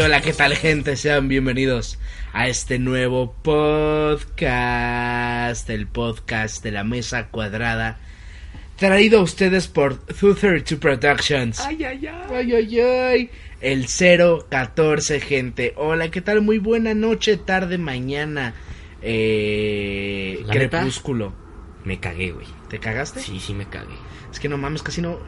hola, ¿qué tal, gente? Sean bienvenidos a este nuevo podcast, el podcast de la mesa cuadrada, traído a ustedes por 232 Productions. Ay. El 014, gente. Hola, ¿qué tal? Muy buena noche, tarde, mañana, crepúsculo. Me cagué, güey. ¿Te cagaste? Sí, me cagué. Es que no mames, casi no.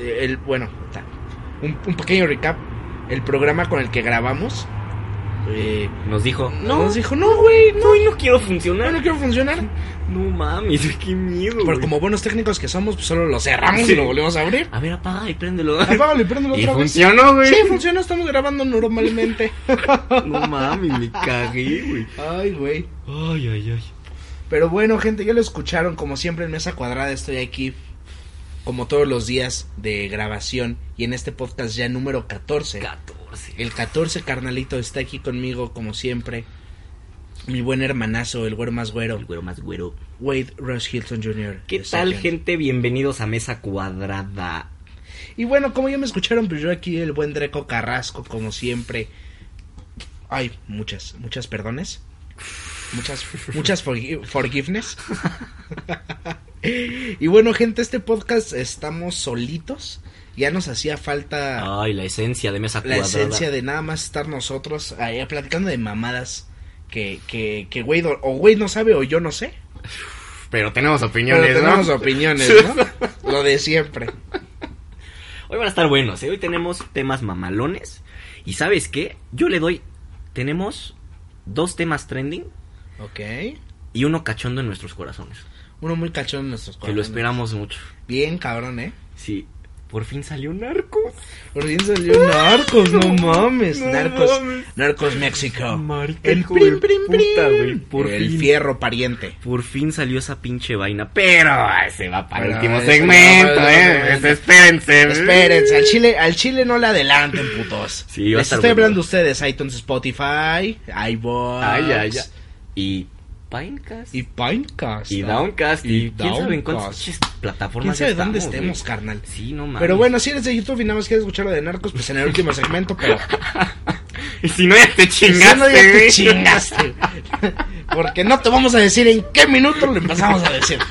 Un pequeño recap. El programa con el que grabamos nos dijo, no, güey, no quiero funcionar. No quiero funcionar. No mames, qué miedo. Pero güey, como buenos técnicos que somos, pues solo lo cerramos y lo volvemos a abrir. A ver, apaga y préndelo. Apágalo y préndelo otra vez. ¿Y funcionó, güey? Sí, funcionó, estamos grabando normalmente. No mames, me cagué, güey. Ay, güey. Ay. Pero bueno, gente, ya lo escucharon. Como siempre en Mesa Cuadrada estoy aquí, como todos los días de grabación. Y en este podcast ya número 14. El 14, carnalito, está aquí conmigo como siempre. Mi buen hermanazo, el güero más güero. Wade Rush Hilton Jr. ¿Qué tal, gente? Bienvenidos a Mesa Cuadrada. Y bueno, como ya me escucharon, pues yo aquí, el buen Dreco Carrasco, como siempre. Ay, muchas perdones. Muchas forgiveness. Y bueno, gente, este podcast estamos solitos. Ya nos hacía falta... Ay, la esencia de Mesa Cuadrada. La esencia de nada más estar nosotros platicando de mamadas que Wade o Wade no sabe o yo no sé. Pero tenemos opiniones, Pero tenemos opiniones, ¿no? Lo de siempre. Hoy van a estar buenos, ¿eh? Hoy tenemos temas mamalones. ¿Y sabes qué? Tenemos 2 temas trending. Ok. Y uno cachondo en nuestros corazones. Uno muy cachondo en nuestros corazones. Que lo esperamos mucho. Bien, cabrón, Sí. Por fin salió Narcos. No mames. Narcos México. El prim, puta, güey. El fierro pariente. Por fin salió esa pinche vaina. Pero se va para el último segmento, Espérense. Al chile no le adelanten, putos. Sí, les estoy hablando a ustedes. iTunes, Spotify, iVoox. Ay. Y Pinecast. Y Downcast. Y quién sabe en cuántas plataformas. Quién sabe dónde estemos, carnal. Sí, no mames. Pero bueno, si eres de YouTube y nada más quieres escuchar lo de Narcos, pues en el último segmento, pero... Y si no, ya te chingaste. Porque no te vamos a decir en qué minuto lo empezamos a decir.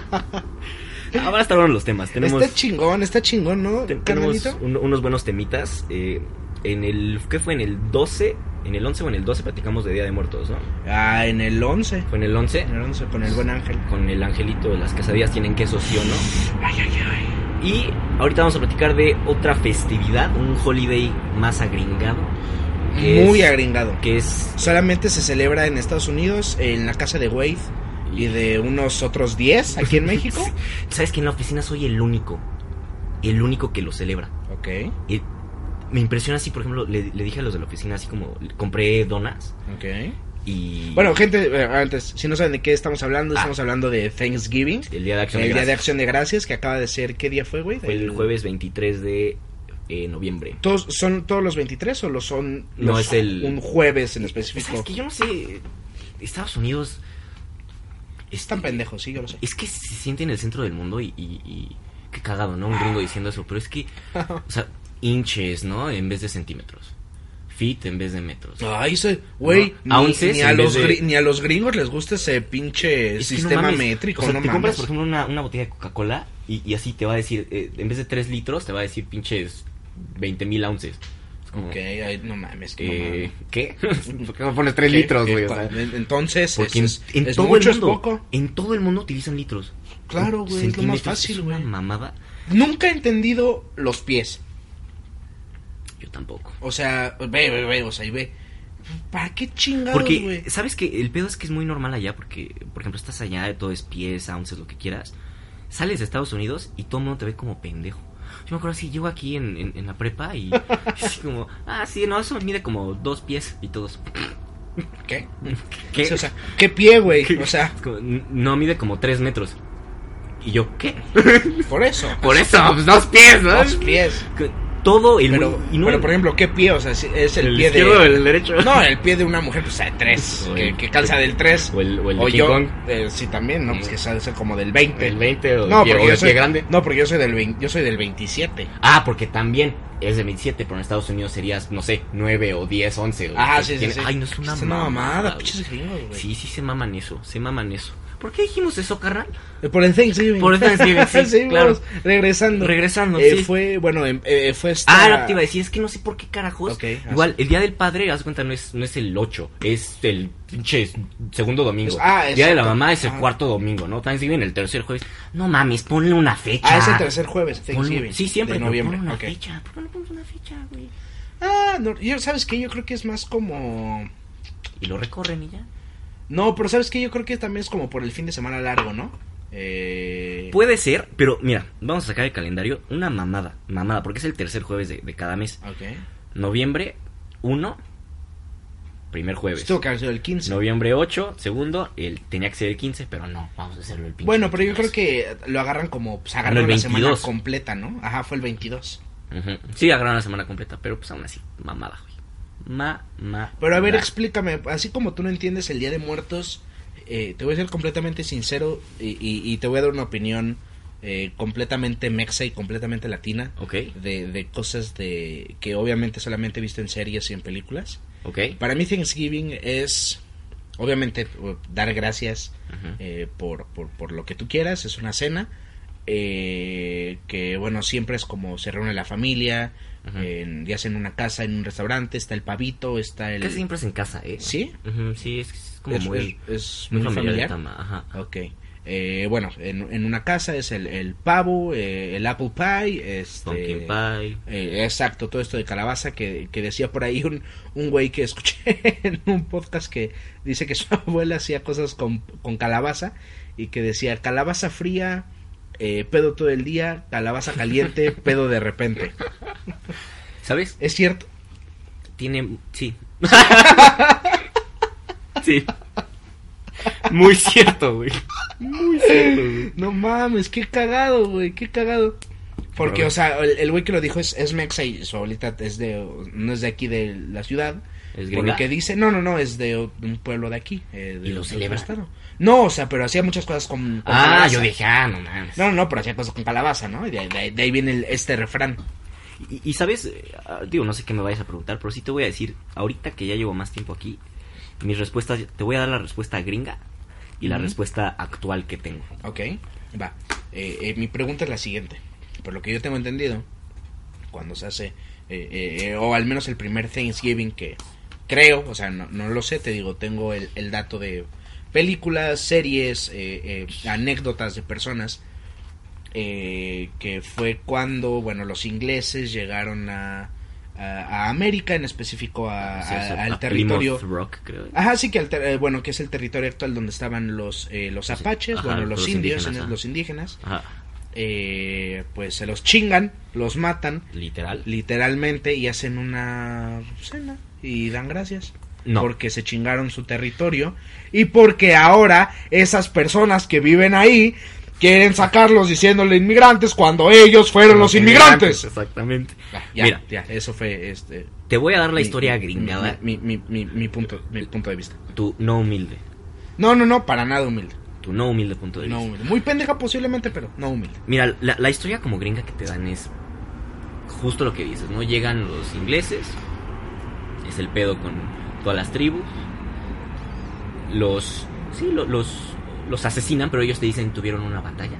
Ahora están buenos los temas. Está chingón, ¿no? Tenemos unos buenos temitas. ¿Qué fue? En el 12... En el 11 o en el 12 platicamos de Día de Muertos, ¿no? En el 11. ¿Fue en el 11? En el 11, con el buen ángel. Con el angelito de las quesadillas tienen queso, ¿sí o no? Ay. Y ahorita vamos a platicar de otra festividad, un holiday más agringado. Muy agringado. Que es... Solamente se celebra en Estados Unidos, en la casa de Wade y de unos otros 10 aquí en México. ¿Sabes que en la oficina soy el único que lo celebra? Ok. Y me impresiona así, por ejemplo, le dije a los de la oficina así como, compré donas. Ok. Y... Bueno, gente, antes, si no saben de qué estamos hablando, estamos hablando de Thanksgiving. El Día de Acción Día de Acción de Gracias, que acaba de ser, ¿qué día fue, güey? Fue el jueves 23 de noviembre. ¿Son todos los 23 o los son no, es un jueves en específico? ¿Sabes que yo no sé? Estados Unidos... Están pendejos, sí, yo lo sé. Es que se siente en el centro del mundo y qué cagado, ¿no? Un gringo diciendo eso, pero es que... O sea, inches, ¿no? En vez de centímetros. Feet en vez de metros. Ay, güey, no, ni a los gringos les gusta ese pinche sistema métrico, o sea, no te mames. compras, por ejemplo, una botella de Coca-Cola y así te va a decir, en vez de 3 litros, te va a decir pinches 20,000 ounces. Como, ok, ay, no mames. ¿Qué? ¿Por qué no pones 3 litros, güey? Entonces, porque es todo mucho, el mundo, es poco. En todo el mundo utilizan litros. Claro, güey, es lo más fácil, güey. Es una mamada. Nunca he entendido los pies. Yo tampoco. O sea, ve, o sea, y ve. ¿Para qué chingados, porque, güey? ¿sabes qué? El pedo es que es muy normal allá porque, por ejemplo, estás allá, todo es pies, ounces, lo que quieras. Sales de Estados Unidos y todo el mundo te ve como pendejo. Yo me acuerdo así, llego aquí en la prepa y así como, sí, no, eso mide como 2 pies y todos. ¿Qué? Sí, o sea, ¿qué pie, güey? O sea, como, no, mide como 3 metros. Y yo, ¿qué? Por eso, pues 2 pies, ¿no? 2 pies. todo el... pero por ejemplo, ¿qué pie? O sea, es el pie izquierdo o el derecho. No, el pie de una mujer, pues, hay 3, que calza del 3. O el o King yo, Kong. Sí, también, ¿no? Pues que debe ser como del 20. El 20 o no, el pie, porque o yo el soy pie grande. No, porque yo soy del 20, yo soy del 27. Ah, porque también es de 27, pero en Estados Unidos serías, no sé, 9 o 10, 11. Sí. Ay, no es una mamada, pinches gringos, güey. Sí, se maman eso. ¿Por qué dijimos eso, carnal? Por el Thanksgiving. Por el Thanksgiving, sí, claro. Regresando, sí. Fue esta... Lo que te iba a decir, es que no sé por qué carajos. Okay, igual, el Día del Padre, haz cuenta, no es el 8, es el pinche segundo domingo. El Día de la Mamá es el cuarto domingo, ¿no? Thanksgiving el tercer jueves. No mames, ponle una fecha. Es el tercer jueves, Thanksgiving. Sí, siempre. De noviembre. Ponle una fecha. ¿Por qué no pones una fecha, güey? No, ¿sabes qué? Yo creo que es más como... Y lo recorren y ya. No, pero ¿sabes qué? Yo creo que también es como por el fin de semana largo, ¿no? Puede ser, pero mira, vamos a sacar el calendario. Una mamada, porque es el tercer jueves de cada mes. Okay. Noviembre 1, primer jueves. Pues tuvo que haber sido el 15. Noviembre 8, segundo, tenía que ser el 15, pero no, vamos a hacerlo el 15. Bueno, pero yo creo que lo agarran como, pues agarran la semana completa, ¿no? Ajá, fue el 22. Uh-huh. Sí, agarraron la semana completa, pero pues aún así, mamada, güey. Pero a ver, explícame, así como tú no entiendes el Día de Muertos, te voy a ser completamente sincero y te voy a dar una opinión completamente mexa y completamente latina. Okay. De cosas que obviamente solamente he visto en series y en películas. Okay. Para mí Thanksgiving es obviamente dar gracias por lo que tú quieras, es una cena que bueno, siempre es como se reúne la familia. Uh-huh. Ya sea en una casa, en un restaurante, está el pavito, está el... Casi siempre es en casa, ¿eh? ¿Sí? Uh-huh, sí, es como muy familiar. Ajá. Ok. Bueno, en una casa es el pavo, el apple pie, pumpkin pie. Exacto, todo esto de calabaza que decía por ahí un güey que escuché en un podcast que dice que su abuela hacía cosas con calabaza y que decía calabaza fría... pedo todo el día, calabaza caliente, pedo de repente. ¿Sabes? ¿Es cierto? Sí. Sí. Muy cierto, güey. No mames, qué cagado, güey, qué cagado. Porque, pero, o sea, el güey que lo dijo es mexa y su abuelita no es de aquí de la ciudad. ¿Es gringa? Por lo que dice, no, es de un pueblo de aquí. ¿Y lo celebra? No, o sea, pero hacía muchas cosas con calabaza. Yo dije, no mames. No, pero hacía cosas con calabaza, ¿no? Y de ahí viene este refrán. Y sabes, digo, no sé qué me vayas a preguntar, pero sí te voy a decir, ahorita que ya llevo más tiempo aquí, mis respuestas, te voy a dar la respuesta gringa y la respuesta actual que tengo. Ok, va. Mi pregunta es la siguiente. Por lo que yo tengo entendido, cuando se hace, o al menos el primer Thanksgiving que creo, o sea, no lo sé, te digo, tengo el dato de películas, series, anécdotas de personas, que fue cuando, bueno, los ingleses llegaron a América, en específico al territorio Plymouth Rock, creo. Ajá, sí, que bueno, que es el territorio actual donde estaban los apaches, ajá, bueno, los indios, los indígenas. Ajá. Pues se los chingan, los matan, literalmente, y hacen una cena y dan gracias. No. Porque se chingaron su territorio y porque ahora esas personas que viven ahí quieren sacarlos diciéndole inmigrantes cuando ellos fueron los inmigrantes. Exactamente. Mira, eso fue te voy a dar la historia gringada. Mi punto de vista. Tu no humilde. No, para nada humilde. Tu no humilde punto de vista. No humilde. Muy pendeja posiblemente, pero no humilde. Mira, la historia como gringa que te dan es justo lo que dices, ¿no? Llegan los ingleses, es el pedo con todas las tribus, los asesinan, pero ellos te dicen tuvieron una batalla.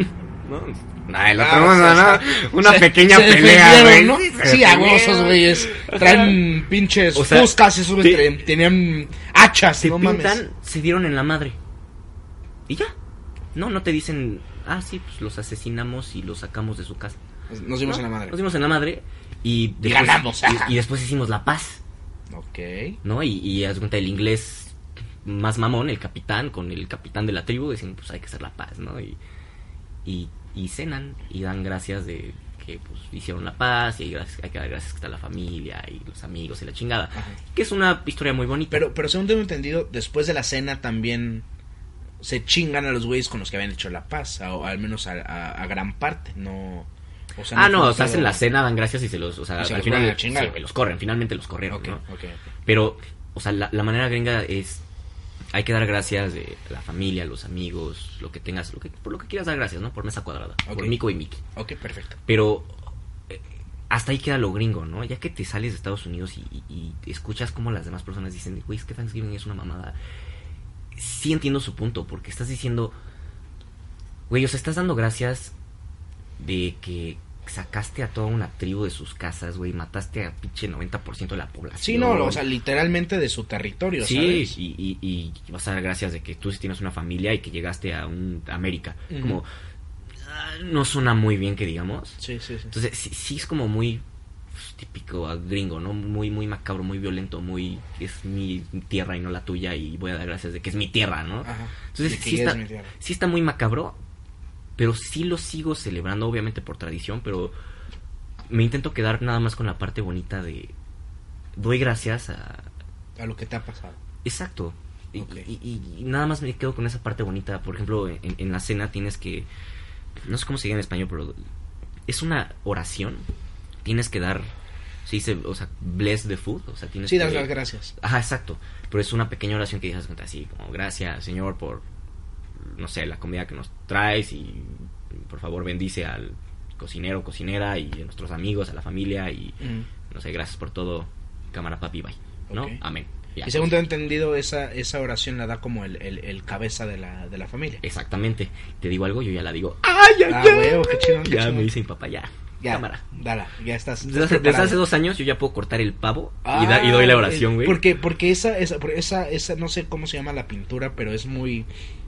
Una pequeña pelea, güey, ¿no? Sí, a esos güeyes traen pinches fuscas, esos güeyes tenían hachas, no mames. Se dieron en la madre. Y ya. No te dicen, sí, pues los asesinamos y los sacamos de su casa. Nos dimos en la madre. Nos dimos en la madre y después, ganamos. Y después hicimos la paz. Ok. ¿No? Y haz cuenta, el inglés más mamón, el capitán, con el capitán de la tribu, dicen, pues hay que hacer la paz, ¿no? Y cenan y dan gracias de que pues hicieron la paz y hay que dar gracias que está la familia y los amigos y la chingada. Ajá. Que es una historia muy bonita. Pero según tengo entendido, después de la cena también se chingan a los güeyes con los que habían hecho la paz, o al menos a gran parte, no... O sea, no, o sea, hacen la cena, dan gracias y se los, o sea, al final los corren, finalmente los corrieron, okay, ¿no? Okay. Pero, o sea, la manera gringa es, hay que dar gracias de la familia, los amigos, lo que tengas, por lo que quieras dar gracias, ¿no? Por mesa cuadrada, por Mico y Mickey. Ok, perfecto. Pero hasta ahí queda lo gringo, ¿no? Ya que te sales de Estados Unidos y escuchas como las demás personas dicen, güey, es que Thanksgiving es una mamada. Sí entiendo su punto, porque estás diciendo, güey, o sea, estás dando gracias de que sacaste a toda una tribu de sus casas, güey, mataste a pinche 90% de la población. Sí, no, o sea, literalmente de su territorio, sí, ¿sabes? Y vas a dar gracias de que tú sí tienes una familia y que llegaste a América. Como, no suena muy bien que digamos. Sí. Entonces, sí es como muy típico gringo, ¿no? Muy macabro, muy violento, muy... Es mi tierra y no la tuya y voy a dar gracias de que es mi tierra, ¿no? Ajá. Entonces, sí está muy macabro, pero sí lo sigo celebrando, obviamente por tradición, pero me intento quedar nada más con la parte bonita de... Doy gracias a lo que te ha pasado. Exacto. Okay. Y nada más me quedo con esa parte bonita. Por ejemplo, en la cena tienes que... No sé cómo se diga en español, pero es una oración. Tienes que dar... Se dice, o sea, bless the food. O sea, tienes sí, que... das las gracias. Ajá, exacto. Pero es una pequeña oración que dices así, como gracias, Señor, por... No sé, la comida que nos traes y por favor bendice al cocinero, cocinera y a nuestros amigos, a la familia y no sé, gracias por todo, cámara papi, bye, ¿no? Okay. Amén. Ya. Y según te he entendido, esa oración la da como el cabeza de la familia. Exactamente. Te digo algo, yo ya la digo. Huevo, qué chingón. Ya me dice mi papá, ya. Cámara. Dala, ya estás. Desde hace 2 años yo ya puedo cortar el pavo y doy la oración, güey. Porque esa, no sé cómo se llama la pintura, pero es muy...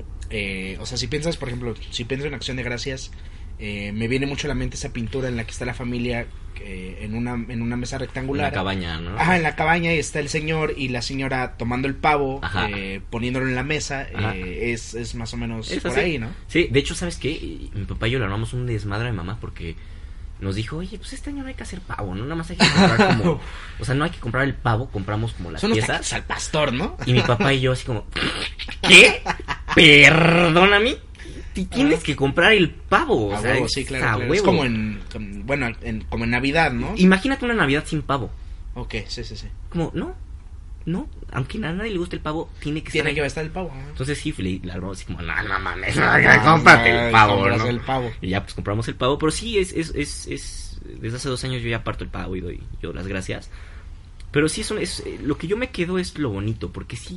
o sea, si piensas, por ejemplo, si piensas en Acción de Gracias, me viene mucho a la mente esa pintura en la que está la familia en una mesa rectangular. En la cabaña, ¿no? Ajá, en la cabaña y está el señor y la señora tomando el pavo, poniéndolo en la mesa. Es más o menos es por así. ahí, ¿no? Sí, de hecho, ¿sabes qué? Mi papá y yo le armamos un desmadre a mi mamá porque nos dijo, oye, pues este año no hay que hacer pavo, ¿no? Nada más hay que comprar como... O sea, no hay que comprar el pavo, compramos como las piezas. Son al pastor, ¿no? Y mi papá y yo así como, ¿qué? Perdóname. Tienes que comprar el pavo. O sea, huevo, sí, claro. Es como como en Navidad, ¿no? Imagínate una Navidad sin pavo. Ok, sí. Como, no, aunque a nadie le guste el pavo, tiene que estar el pavo. Entonces sí, le armamos así como, no mames, cómprate el pavo, ¿no? El pavo. Y ya pues compramos el pavo, pero sí es desde hace 2 años yo ya parto el pavo y doy yo las gracias. Pero sí, lo que yo me quedo es lo bonito, porque sí,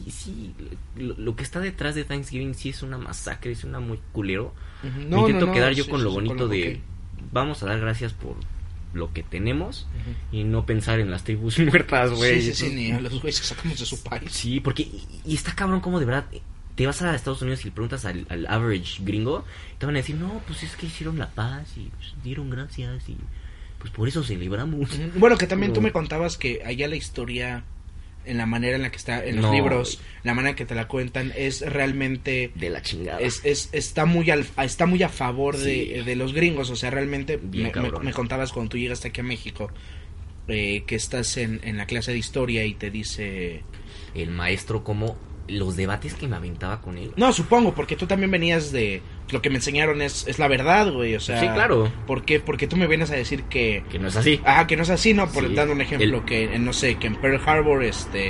lo que está detrás de Thanksgiving sí es una masacre, es una muy culero. Me intento quedar yo con lo bonito de vamos a dar gracias por lo que tenemos y no pensar en las tribus muertas, güey. Sí, ni a los güeyes que sacamos de su país. Sí, porque y está cabrón como de verdad te vas a Estados Unidos y le preguntas al average gringo, te van a decir, no, pues es que hicieron la paz y pues, dieron gracias y... Pues por eso celebramos. Bueno, que también tú me contabas que allá la historia, en la manera en la que está en los libros, la manera que te la cuentan, es realmente... De la chingada. Está muy a favor de los gringos. O sea, realmente me contabas cuando tú llegaste aquí a México, que estás en la clase de historia y te dice... El maestro como... Los debates que me aventaba con él. No, supongo, porque tú también venías de... Lo que me enseñaron es la verdad, güey, o sea... Sí, claro. ¿Por qué? Porque tú me vienes a decir que... Que no es así. Que no es así, ¿no? Por dando un ejemplo, que no sé, que en Pearl Harbor,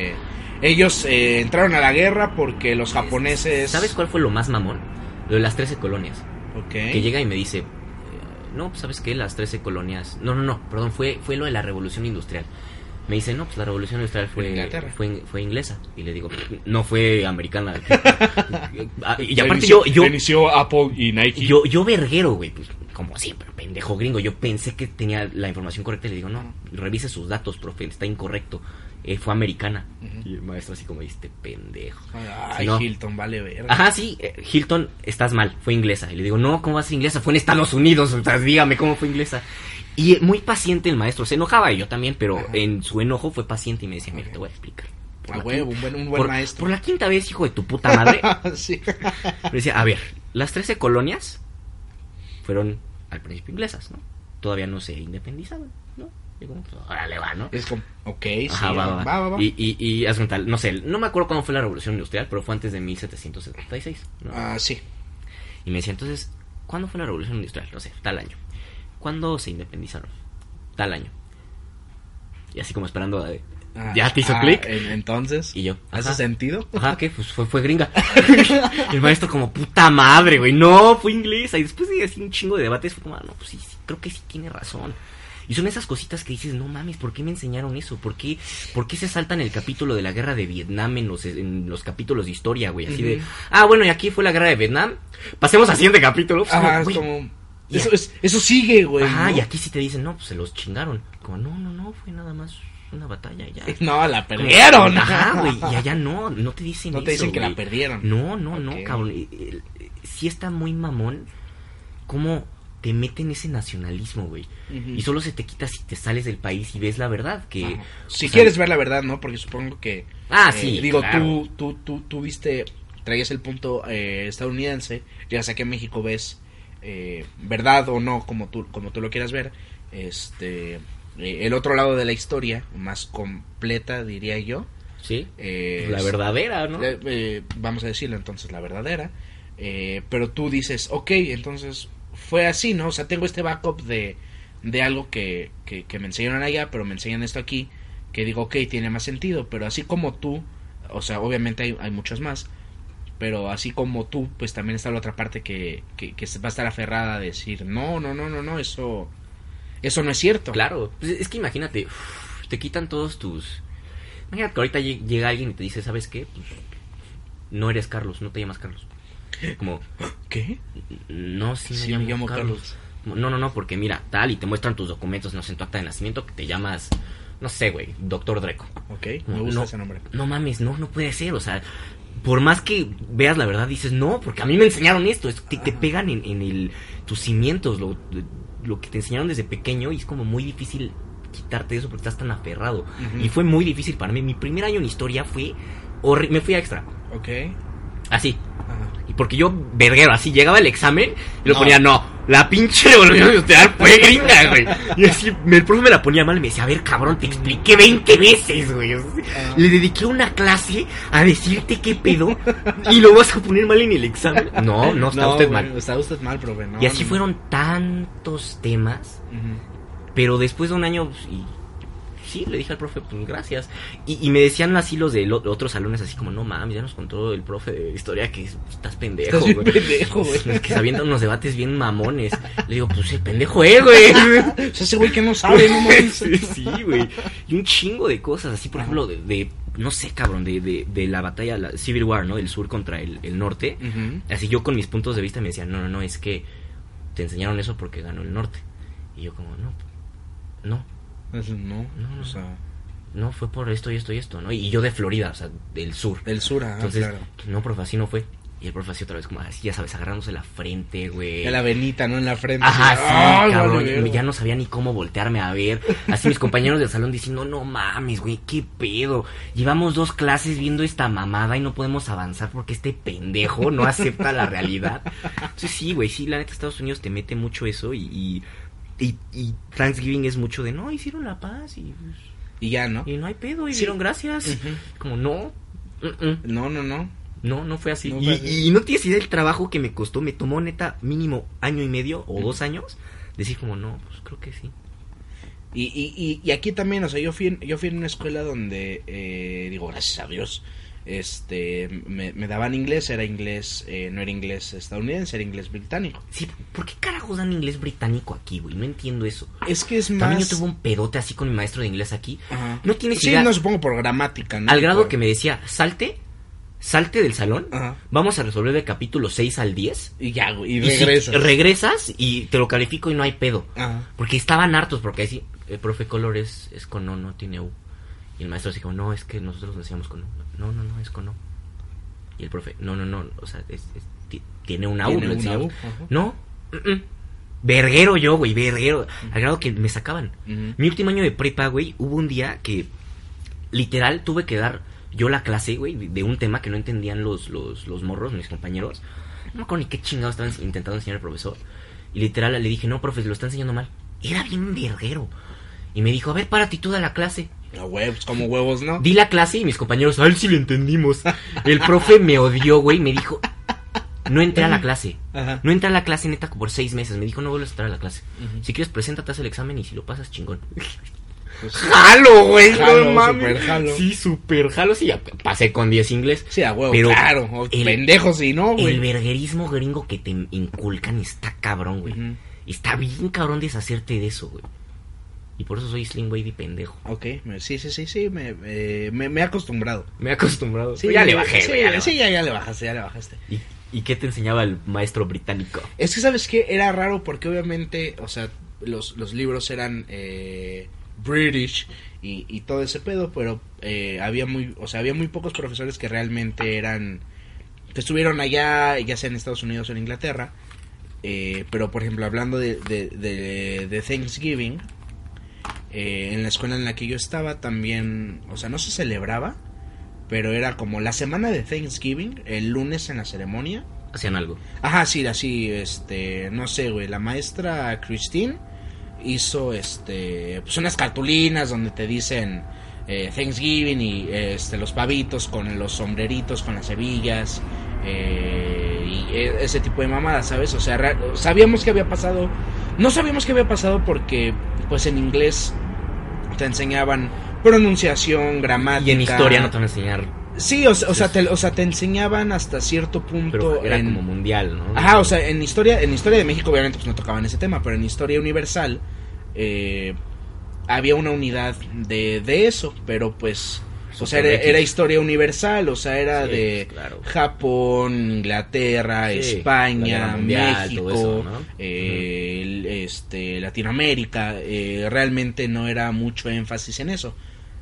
ellos entraron a la guerra porque los japoneses... ¿Sabes cuál fue lo más mamón? Lo de las 13 colonias. Ok. Que llega y me dice... No, pues, ¿sabes qué? Las 13 colonias... No, perdón, fue lo de la revolución industrial. Me dice, no, pues la revolución industrial fue inglesa. Y le digo, no fue americana. Y aparte yo inició Apple y Nike. Yo verguero, güey, pues como siempre, pendejo gringo. Yo pensé que tenía la información correcta y le digo, no, revise sus datos, profe, está incorrecto. Fue americana. Y el maestro así como, pendejo. Hilton, vale verga. Ajá, sí, Hilton, estás mal, fue inglesa. Y le digo, no, ¿cómo va a ser inglesa? Fue en Estados Unidos, o sea, dígame cómo fue inglesa. Y muy paciente el maestro, se enojaba y yo también, pero en su enojo fue paciente y me decía, mira, te voy a explicar. Un buen maestro. Por la 5ª vez, hijo de tu puta madre. Sí. Me decía, a ver, las 13 colonias fueron al principio inglesas, ¿no? Todavía no se independizaban, ¿no? Digo, pues, órale va, ¿no? Es como, ok, ajá, sí, va. Y haz un tal, no sé, no me acuerdo cuándo fue la revolución industrial, pero fue antes de 1776, ¿no? Sí. Y me decía, entonces, ¿cuándo fue la revolución industrial? No sé, tal año. ¿cuándo se independizaron? Tal año. Y así como esperando ¿ya te hizo clic? Entonces. Y yo, ¿hace sentido? Ajá, ¿qué? Pues fue gringa. Y el maestro como, puta madre, güey, no, fue inglesa. Y después de así un chingo de debates fue como, no, pues sí, creo que sí tiene razón. Y son esas cositas que dices, no mames, ¿por qué me enseñaron eso? ¿Por qué se saltan el capítulo de la guerra de Vietnam en los capítulos de historia, güey? Así de, bueno, y aquí fue la guerra de Vietnam. Pasemos al siguiente capítulo. Pues, es como... Eso sigue, güey. Ajá, ¿no? Y aquí sí te dicen, no, pues se los chingaron. Como, no, fue nada más una batalla ya. No, la perdieron. Como, ajá, güey, y allá no te dicen eso. No te dicen que güey. la perdieron. No, cabrón. Sí está muy mamón cómo te meten ese nacionalismo, güey. Uh-huh. Y solo se te quita si te sales del país y ves la verdad. Que si quieres ver la verdad, ¿no? Porque supongo que... sí, digo, claro. tú viste, traías el punto estadounidense, ya sea que en México ves verdad o no, como tú lo quieras ver. El otro lado de la historia, más completa, diría yo. Sí, la verdadera, ¿no? Vamos a decirlo entonces, la verdadera. Pero tú dices, ok, entonces fue así, ¿no? O sea, tengo este backup de algo que me enseñaron allá, pero me enseñan esto aquí, que digo, ok, tiene más sentido. Pero así como tú, o sea, obviamente hay muchos más, pero así como tú, pues también está la otra parte que va a estar aferrada a decir, no, eso no es cierto. Claro, pues es que imagínate, te quitan todos tus... Imagínate que ahorita llega alguien y te dice, ¿sabes qué? Pues no eres Carlos, no te llamas Carlos. Como, ¿qué? No, sí me llamo Carlos. No, porque mira, tal, y te muestran tus documentos, no sé, en tu acta de nacimiento, que te llamas, no sé, güey, Doctor Dreco. Ok, me gusta ese nombre. No mames, no puede ser, o sea, por más que veas la verdad, dices, no, porque a mí me enseñaron esto, te pegan en tus cimientos, lo que te enseñaron desde pequeño, y es como muy difícil quitarte eso porque estás tan aferrado. Uh-huh. Y fue muy difícil para mí. Mi primer año en historia fue me fui a extra. Ok. Así. Y porque yo, verguero, así llegaba el examen y lo ponía, la pinche revolución industrial fue gringa, güey. Y así, el profe me la ponía mal y me decía, a ver, cabrón, te expliqué 20 veces, güey. Le dediqué una clase a decirte qué pedo y lo vas a poner mal en el examen. No, está usted mal. Está usted mal, profe. Y así fueron tantos temas, pero después de un año, sí, le dije al profe, pues gracias. Y me decían así los de otros salones, así como, no mames, ya nos contó el profe de historia que estás pendejo, güey. Pendejo, güey. Es que se avientan unos debates bien mamones. Le digo, pues el pendejo güey. O sea, ese güey que no sabe, no mames. Sí, güey. Y un chingo de cosas, así, por ejemplo, de no sé, cabrón, de la batalla, la Civil War, ¿no? Del sur contra el norte. Uh-huh. Así yo con mis puntos de vista me decían, no, es que te enseñaron eso porque ganó el norte. Y yo como, no. O sea, no, fue por esto y esto, ¿no? Y yo de Florida, o sea, del sur. Entonces, claro. No, profe, así no fue. Y el profe así otra vez como así, ya sabes, agarrándose la frente, güey. La venita, ¿no? En la frente. Ajá, sí, cabrón. Vale, ya no sabía ni cómo voltearme a ver. Así mis compañeros del salón diciendo, no mames, güey, qué pedo. Llevamos 2 clases viendo esta mamada y no podemos avanzar porque este pendejo no acepta la realidad. Entonces sí, güey, sí, la neta Estados Unidos te mete mucho eso y Thanksgiving es mucho de, no, hicieron la paz y ya, ¿no? Y no hay pedo, y dieron gracias. Uh-huh. Como, no. No fue así. Y no tienes idea del trabajo que me costó. Me tomó neta mínimo año y medio o 2 años decir como, no, pues creo que sí. Y aquí también, o sea, yo fui en una escuela donde, digo, gracias a Dios, me daban inglés, era inglés, no era inglés estadounidense, era inglés británico. Sí, ¿por qué carajos dan inglés británico aquí, güey? No entiendo eso. Es que es más... También yo tuve un pedote así con mi maestro de inglés aquí. Ajá. No tienes idea. Sí, no, supongo por gramática, ¿no? Al grado que me decía, salte del salón, ajá, vamos a resolver el capítulo 6 al 10. Y ya, güey, y regresas. Si regresas y te lo califico y no hay pedo. Ajá. Porque estaban hartos, porque así, el profe Color es con no tiene U. Y el maestro así como, no, es que nosotros lo decíamos con U. No, es con O. Y el profe, no, o sea, tiene una U. No, verguero yo, güey, verguero. Al grado que me sacaban. Mi último año de prepa, güey, hubo un día que literal tuve que dar yo la clase, güey, de un tema que no entendían los morros, mis compañeros. No me acuerdo ni qué chingados estaban intentando enseñar el profesor. Y literal le dije, no, profe, lo está enseñando mal. Era bien verguero. Y me dijo, a ver, párate tú de la clase. No, huevos, como huevos, ¿no? Di la clase y mis compañeros, a él sí le entendimos. El profe me odió, güey, me dijo, No entré a la clase. Ajá. No entré a la clase neta por 6 meses. Me dijo, no vuelves a entrar a la clase. Ujú. Si quieres, preséntate, haz el examen y si lo pasas, chingón. Pues, ¡Jalo, güey! Jalo, No mames. super jalo. Sí, súper jalo. Sí, ya pasé con 10 inglés. sí, a huevo, Pero claro. Pendejo, sí, ¿no, güey? El verguerismo gringo que te inculcan está cabrón, güey. Ujú. Está bien cabrón deshacerte de eso, güey. Y por eso soy Slim Wady pendejo. Ok, sí, me he acostumbrado. Me he acostumbrado. Sí, ya le bajé, sí, güey. ya le bajaste. ¿Y qué te enseñaba el maestro británico? Es que, ¿sabes qué? Era raro porque obviamente, o sea, los libros eran British y todo ese pedo, pero había muy pocos profesores que realmente que estuvieron allá, ya sea en Estados Unidos o en Inglaterra. Pero, por ejemplo, hablando de Thanksgiving, en la escuela en la que yo estaba también, o sea, no se celebraba, pero era como la semana de Thanksgiving, el lunes en la ceremonia. Hacían algo. Ajá, sí, así, no sé, güey, la maestra Christine hizo, pues unas cartulinas donde te dicen Thanksgiving y, los pavitos con los sombreritos, con las hebillas, y ese tipo de mamadas, ¿sabes? O sea, sabíamos que había pasado, no sabíamos qué había pasado porque, pues en inglés te enseñaban pronunciación, gramática. Y en historia no te van a enseñar. Sí, o sea, te enseñaban hasta cierto punto. Pero era como mundial, ¿no? Ajá, o sea, en historia de México obviamente pues no tocaban ese tema, pero en historia universal había una unidad de eso, pero pues, o sea, era historia universal, o sea, era sí, de claro. Japón, Inglaterra, Sí, España, mundial, México, todo eso, ¿no? Latinoamérica, realmente no era mucho énfasis en eso.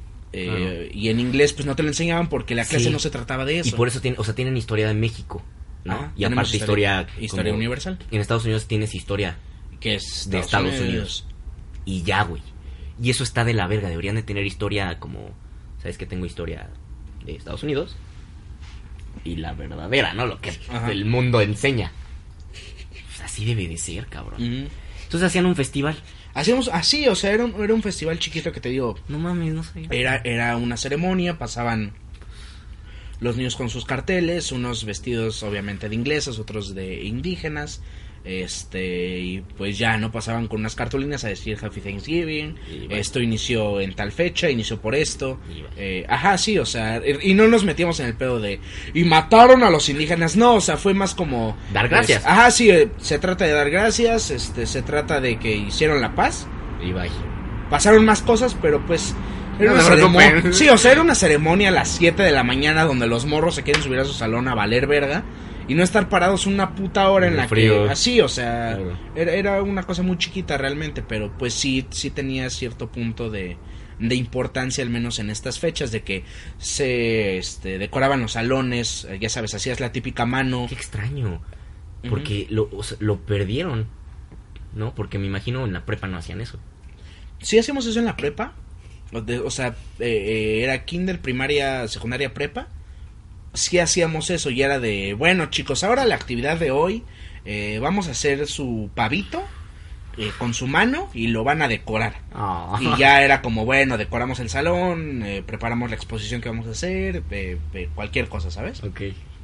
Y en inglés pues no te lo enseñaban porque la clase no se trataba de eso. Y por eso tienen historia de México, ¿no? Ajá, y aparte historia universal. En Estados Unidos tienes historia Que es de Estados Unidos. Y ya, güey. Y eso está de la verga. Deberían de tener historia como... ¿Sabes que tengo historia de Estados Unidos? Y la verdadera, ¿no? Lo que el mundo enseña. Pues así debe de ser, cabrón. Uh-huh. Entonces hacían un festival. Hacíamos así, o sea, era un festival chiquito que te digo. No mames, no sé. Era una ceremonia, pasaban los niños con sus carteles, unos vestidos obviamente de ingleses, otros de indígenas, y pues ya no pasaban con unas cartulinas a decir Happy Thanksgiving, esto inició en tal fecha, inició por esto, ajá, sí, o sea, y no nos metíamos en el pedo de y mataron a los indígenas, no, o sea, fue más como dar gracias. Pues, ajá, sí, se trata de dar gracias, se trata de que hicieron la paz. Y bye. Pasaron más cosas, pero pues era una ceremonia. Sí, o sea, era una ceremonia a las 7 de la mañana donde los morros se quieren subir a su salón a valer verga y no estar parados una puta hora en la frío. Que así, o sea, claro. era una cosa muy chiquita realmente, pero pues sí tenía cierto punto de importancia, al menos en estas fechas, de que se decoraban los salones, ya sabes, hacías la típica mano. Qué extraño, porque lo perdieron, ¿no? Porque me imagino en la prepa no hacían eso. Sí hacíamos eso en la prepa, o sea, era kinder, primaria, secundaria, prepa. Sí hacíamos eso y era de, bueno chicos, ahora la actividad de hoy, vamos a hacer su pavito con su mano y lo van a decorar. Oh. Y ya era como, bueno, decoramos el salón, preparamos la exposición que vamos a hacer, cualquier cosa, ¿sabes? Ok.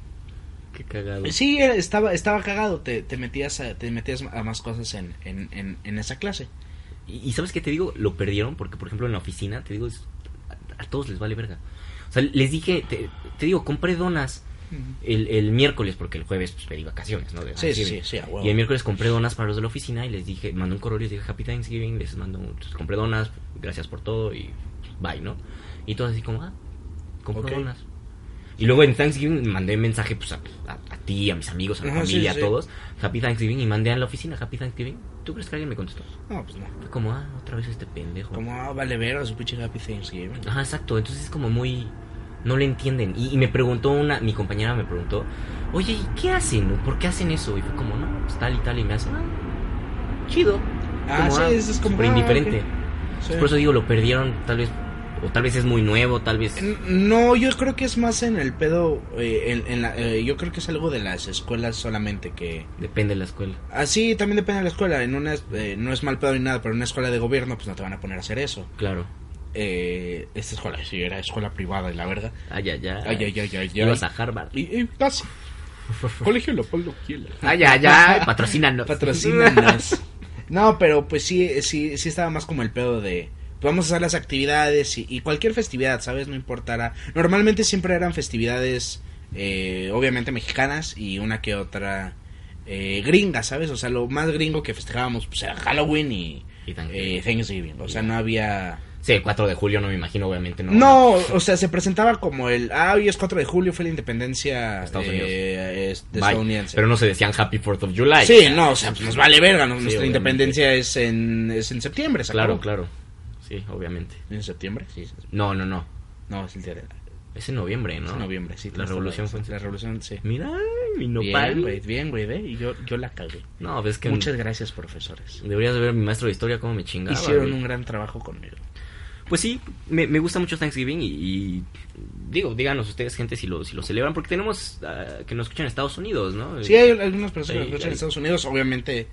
Qué cagado. Sí, estaba cagado, te metías a más cosas en esa clase. Y ¿sabes qué te digo? Lo perdieron porque, por ejemplo, en la oficina, te digo, a todos les vale verga. O sea, les dije, te digo, compré donas el miércoles, porque el jueves pues, pedí vacaciones, ¿no? Sí, y el miércoles compré donas para los de la oficina y les dije, mandé un correo y les dije Happy Thanksgiving, compré donas, gracias por todo y bye, ¿no? Y todos así como, compré donas. Y luego en Thanksgiving mandé mensaje pues a ti, a mis amigos, a la familia, a todos, Happy Thanksgiving, y mandé a la oficina Happy Thanksgiving. ¿Tú crees que alguien me contestó? No, pues no. Fue como, otra vez este pendejo. Como, vale ver a su pinche Happy Thanksgiving. Ajá, exacto, entonces es como muy... No le entienden. Y me preguntó mi compañera me preguntó, oye, ¿y qué hacen? ¿Por qué hacen eso? Y fue como, no, pues tal y tal, y me hace, chido. Como, sí, eso es como... súper indiferente. Okay. Sí. Por eso digo, lo perdieron, tal vez... O tal vez es muy nuevo, tal vez... No, yo creo que es más en el pedo... yo creo que es algo de las escuelas solamente que... Depende de la escuela. Sí, también depende de la escuela. En una no es mal pedo ni nada, pero en una escuela de gobierno pues no te van a poner a hacer eso. Claro. Esta escuela sí era escuela privada y la verga. Ya. Ay. Ibas a Harvard. Y casi. Colegio Leopoldo Kiel. Ah, ya, patrocínanos. No, pero pues sí estaba más como el pedo de... Vamos a hacer las actividades y cualquier festividad, ¿sabes? No importara. Normalmente siempre eran festividades, obviamente mexicanas y una que otra gringa, ¿sabes? O sea, lo más gringo que festejábamos pues era Halloween y Thanksgiving. O sea, no había... Sí, el 4 de julio no me imagino, obviamente. No, o sea, se presentaba como hoy es 4 de julio, fue la independencia Estados Unidos. estadounidense. Pero no se decían Happy 4th of July. Sí, no, o sea, pues nos vale verga, ¿no? Sí, Nuestra obviamente. independencia es en septiembre, ¿se acabó? Claro. Sí, obviamente. ¿En septiembre? Sí. No. No, es el día de... Es en noviembre, ¿no? Es en noviembre, sí. La revolución fue en La revolución, sí. Mira, mi nopal. Bien, güey, ve. Y yo la cagué. No, ves que... Muchas gracias, profesores. Deberías de ver a mi maestro de historia cómo me chingaba. Hicieron güey. un gran trabajo conmigo. Pues sí, me gusta mucho Thanksgiving y digo, díganos ustedes, gente, si lo celebran, porque tenemos que nos escuchan en Estados Unidos, ¿no? Sí, hay algunas personas que Sí, nos escuchan en hay. Estados Unidos, obviamente.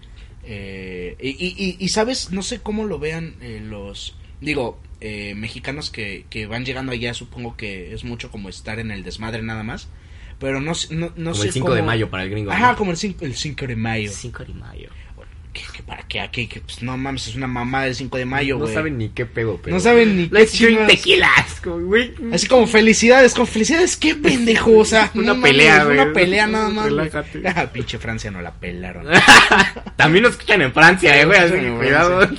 Y sabes, no sé cómo lo vean los... Digo, mexicanos que van llegando allá, supongo que es mucho como estar en el desmadre nada más. Pero no sé como el 5 de mayo para el gringo. Ajá, ¿no? como el 5 de mayo. 5 de mayo. ¿Qué para qué aquí? Que, pues, no mames, es una mamada del 5 de mayo, güey. No saben ni qué pedo, pero... No saben ni qué Let's drink chingados. tequilas, güey. Así como felicidades, qué pendejo, o sea, Una no pelea, mames, güey. una pelea nada más. güey. Relájate. Ah, pinche Francia no la pelaron. También nos escuchan en Francia, güey, así que cuidado.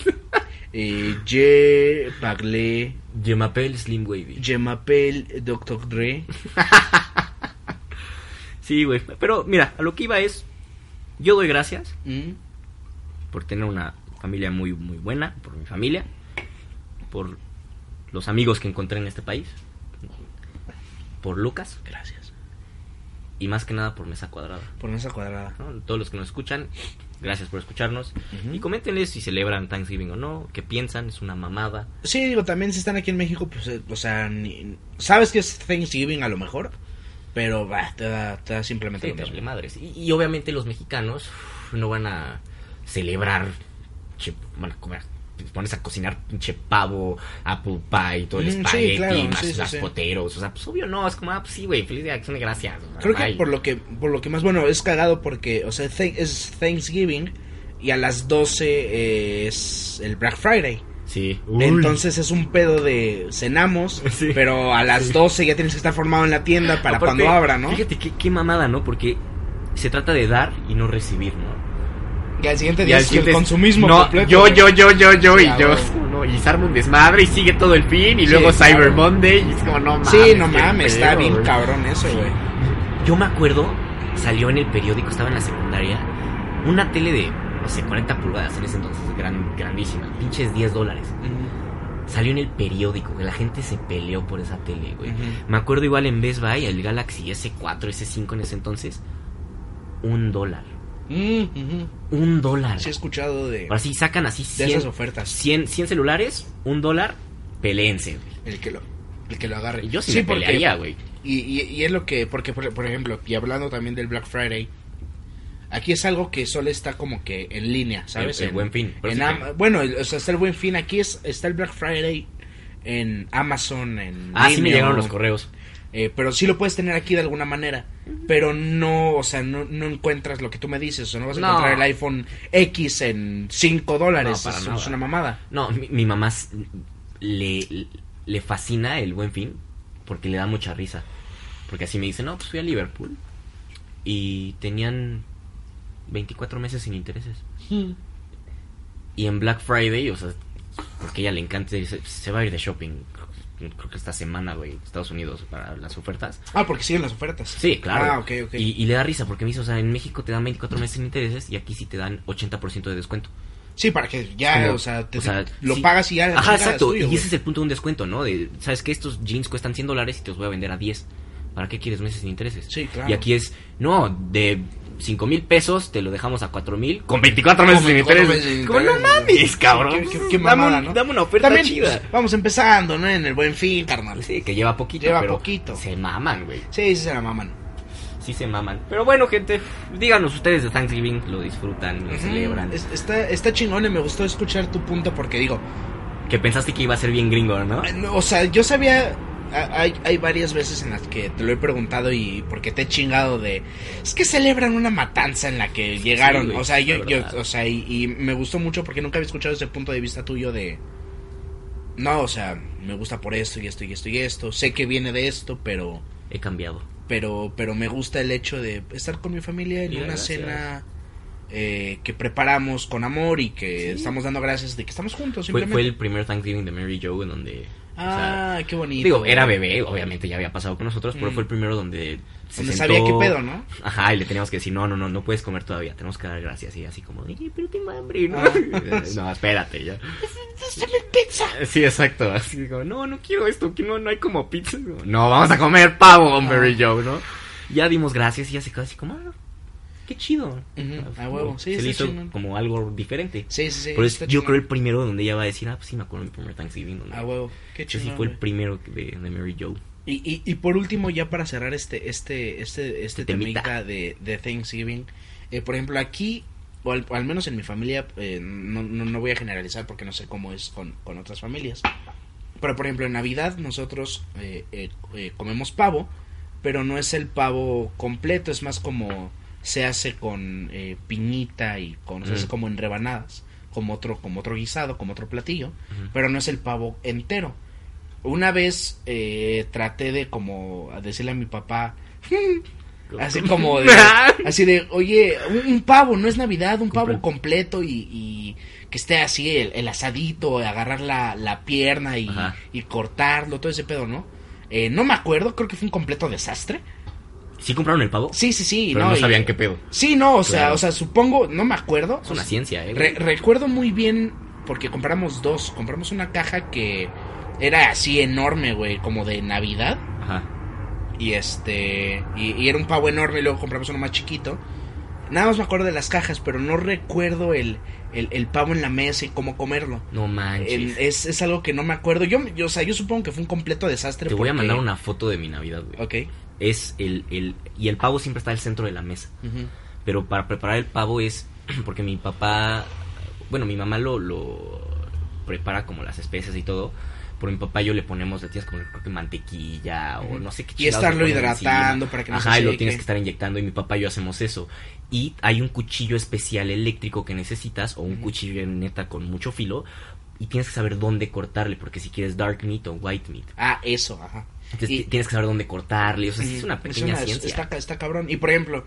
Je parle, Je m'appelle Slim Wavy. je m'appelle Dr. Dre. Sí, güey, pero mira, a lo que iba es... Yo doy gracias Mm. por tener una familia muy, muy buena, por mi familia, por los amigos que encontré en este país, por Lucas, Gracias. y más que nada por Mesa Cuadrada, Por mesa cuadrada. ¿no? Todos los que nos escuchan, gracias por escucharnos. Ujú. Y coméntenles si celebran Thanksgiving o no, qué piensan, es una mamada. Sí, digo, también si están aquí en México, pues, o sea, sabes que es Thanksgiving a lo mejor, pero bah, te da simplemente Sí, lo te mismo. vale madres. Y obviamente los mexicanos no van a celebrar, van a comer, te pones a cocinar pinche pavo, apple pie, todo el Sí, espagueti, claro, más sí, las sí. poteros, o sea, pues obvio no, es como, pues sí, güey, feliz día de acción de gracias. O sea, Creo que bye. por lo que más, bueno, es cagado porque, o sea, es Thanksgiving y a las 12 es el Black Friday. Sí. Entonces es un pedo de cenamos, Sí. pero a las 12 ya tienes que estar formado en la tienda para Aparte, cuando abra, ¿no? Fíjate qué mamada, ¿no? Porque se trata de dar y no recibir, ¿no? Y al siguiente Y día al es siguiente el consumismo no, completo. yo, güey. y yo, Sí, y yo, güey. no, y se arma un desmadre y sigue todo el fin, y Sí, luego claro. Cyber Monday, y es como, no mames. Sí, no qué mames, está pedo, bien güey. cabrón eso, güey. Yo me acuerdo, salió en el periódico, estaba en la secundaria, una tele de, no sé, 40 pulgadas en ese entonces, grandísima, pinches $10. Salió en el periódico, que la gente se peleó por esa tele, güey. Ujú. Me acuerdo igual en Best Buy, el Galaxy S4, S5 en ese entonces, $1. $1. Sí he escuchado de Ahora sí, sacan así esas 100, ofertas. 100 celulares, $1, peleense, güey. El que lo agarre. Y yo sí me porque- pelearía, güey. Y es lo que, porque por ejemplo, y hablando también del Black Friday, aquí es algo que solo está como que en línea, ¿sabes? El Buen Fin. Por En eso que- bueno, o sea, está el Buen Fin, aquí está el Black Friday en Amazon, en Ah, sí me línea, llegaron o- los correos. pero sí lo puedes tener aquí de alguna manera, pero no, o sea, no encuentras lo que tú me dices, o sea, no vas a No. encontrar el iPhone X en $5, No, para es nada. una mamada. No, mi mamá le fascina el Buen Fin porque le da mucha risa. Porque así me dice, no, pues fui a Liverpool y tenían 24 meses sin intereses. Y en Black Friday, o sea, porque a ella le encanta, se va a ir de shopping, creo que esta semana, güey, Estados Unidos, para las ofertas. Ah, porque siguen las ofertas. Sí, claro. Ah, ok. Y le da risa porque me dice, o sea, en México te dan 24 meses sin intereses y aquí sí te dan 80% de descuento. Sí, para que ya, Como, o sea, lo sí. pagas y ya. Ajá, ya exacto. es tuyo, y güey. ese es el punto de un descuento, ¿no? De, ¿sabes qué? Estos jeans cuestan $100 y te los voy a vender a 10. ¿Para qué quieres meses sin intereses? Sí, claro. Y aquí es, no, de 5,000 pesos te lo dejamos a 4,000 con 24 meses sin 24 intereses. meses sin Como no intereses, mames, cabrón. Qué mamada, dame, ¿no? dame una oferta También, chida. pues, vamos empezando, ¿no? En el Buen Fin, carnal. Sí, que lleva poquito. Lleva pero poquito. Se maman, güey. Sí, se la maman. Sí se maman. Pero bueno, gente, díganos ustedes de Thanksgiving, lo disfrutan, lo celebran. Está chingón y me gustó escuchar tu punto porque digo, Que pensaste que iba a ser bien gringo, ¿no? o sea, yo sabía hay varias veces en las que te lo he preguntado y porque te he chingado de... Es que celebran una matanza en la que llegaron. Sí, güey, o sea, o sea, y me gustó mucho porque nunca había escuchado ese punto de vista tuyo de... No, o sea, me gusta por esto y esto y esto y esto. Sé que viene de esto, pero... He cambiado. Pero me gusta el hecho de estar con mi familia en una cena... que preparamos con amor y que estamos dando gracias de que estamos juntos simplemente. Fue el primer Thanksgiving de Mary Jo en donde... Qué bonito. Digo, era bebé, obviamente ya había pasado con nosotros, pero fue el primero donde donde sabía qué pedo, ¿no? Ajá, y le teníamos que decir, no puedes comer todavía, tenemos que dar gracias, y así como, pero tengo hambre, ¿no? No, espérate, ya. ¡Dame pizza! Sí, exacto, así como, no quiero esto, que no hay como pizza. No, vamos a comer pavo, Mary Jo, ¿no? Ya dimos gracias y ya se quedó así como, qué chido. A huevo, sí, se le hizo chingón. como algo diferente. Sí. Pero yo chingón. creo el primero donde ella va a decir, pues sí me acuerdo de mi primer Thanksgiving. Donde A huevo, qué chido. Sí fue el primero de Mary Jo. Y por último, ya para cerrar este temita temica de Thanksgiving, por ejemplo, aquí, o al menos en mi familia, no voy a generalizar porque no sé cómo es con otras familias, pero por ejemplo en Navidad nosotros comemos pavo, pero no es el pavo completo, es más como se hace con piñita y se hace como en rebanadas, como otro guisado, como otro platillo, pero no es el pavo entero. Una vez traté de como decirle a mi papá, así como de, oye, un pavo, no es Navidad, un pavo completo y que esté así el asadito, agarrar la pierna y cortarlo, todo ese pedo, ¿no? No me acuerdo, creo que fue un completo desastre. ¿Sí compraron el pavo? Sí. Pero no sabían qué pedo. Sí, no, o sea, supongo, no me acuerdo. Es una ciencia, recuerdo muy bien porque compramos una caja que era así enorme, güey, como de Navidad. Ajá. Y y era un pavo enorme y luego compramos uno más chiquito. Nada más me acuerdo de las cajas, pero no recuerdo el pavo en la mesa y cómo comerlo. No manches. Es algo que no me acuerdo. Yo supongo que fue un completo desastre. Te voy a mandar una foto de mi Navidad, güey. Ok. Es y el pavo siempre está al centro de la mesa. Pero para preparar el pavo es porque mi papá, bueno, mi mamá lo prepara como las especias y todo. Por mi papá yo le ponemos, le tienes como creo que mantequilla o no sé qué. Y estarlo hidratando para que no se seque. Y lo seque. tienes que estar inyectando y mi papá y yo hacemos eso. Y hay un cuchillo especial eléctrico que necesitas o un cuchillo neta con mucho filo y tienes que saber dónde cortarle porque si quieres dark meat o white meat. Eso, ajá. Entonces tienes que saber dónde cortarle, o sea, es una pequeña ciencia. Está cabrón. Y por ejemplo,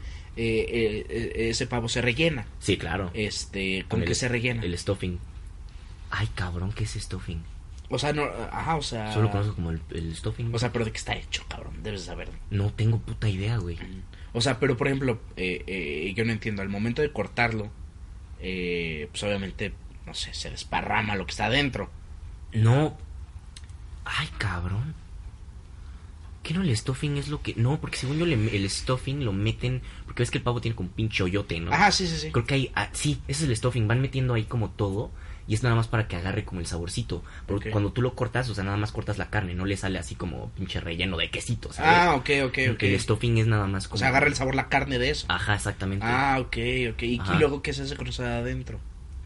ese pavo se rellena. Sí, claro. ¿Con qué se rellena? El stuffing. Ay, cabrón, ¿qué es stuffing? O sea, no, ajá, o sea... Solo conozco como el stuffing. O sea, pero ¿de qué está hecho, cabrón? Debes saber. No tengo puta idea, güey. O sea, pero por ejemplo, yo no entiendo, al momento de cortarlo, pues obviamente, no sé, se desparrama lo que está adentro. No. Ay, cabrón. ¿Qué no el stuffing es lo que...? No, porque según yo el stuffing lo meten... Porque ves que el pavo tiene como un pinche hoyote, ¿no? Ajá, sí. Creo que hay... sí, ese es el stuffing. Van metiendo ahí como todo... Y es nada más para que agarre como el saborcito. Porque cuando tú lo cortas, o sea, nada más cortas la carne. No le sale así como pinche relleno de quesito, ¿sabes? Ok. El stuffing es nada más como... O sea, agarra el sabor la carne de eso. Ajá, exactamente. Ok. ¿Y luego qué se hace con eso de adentro?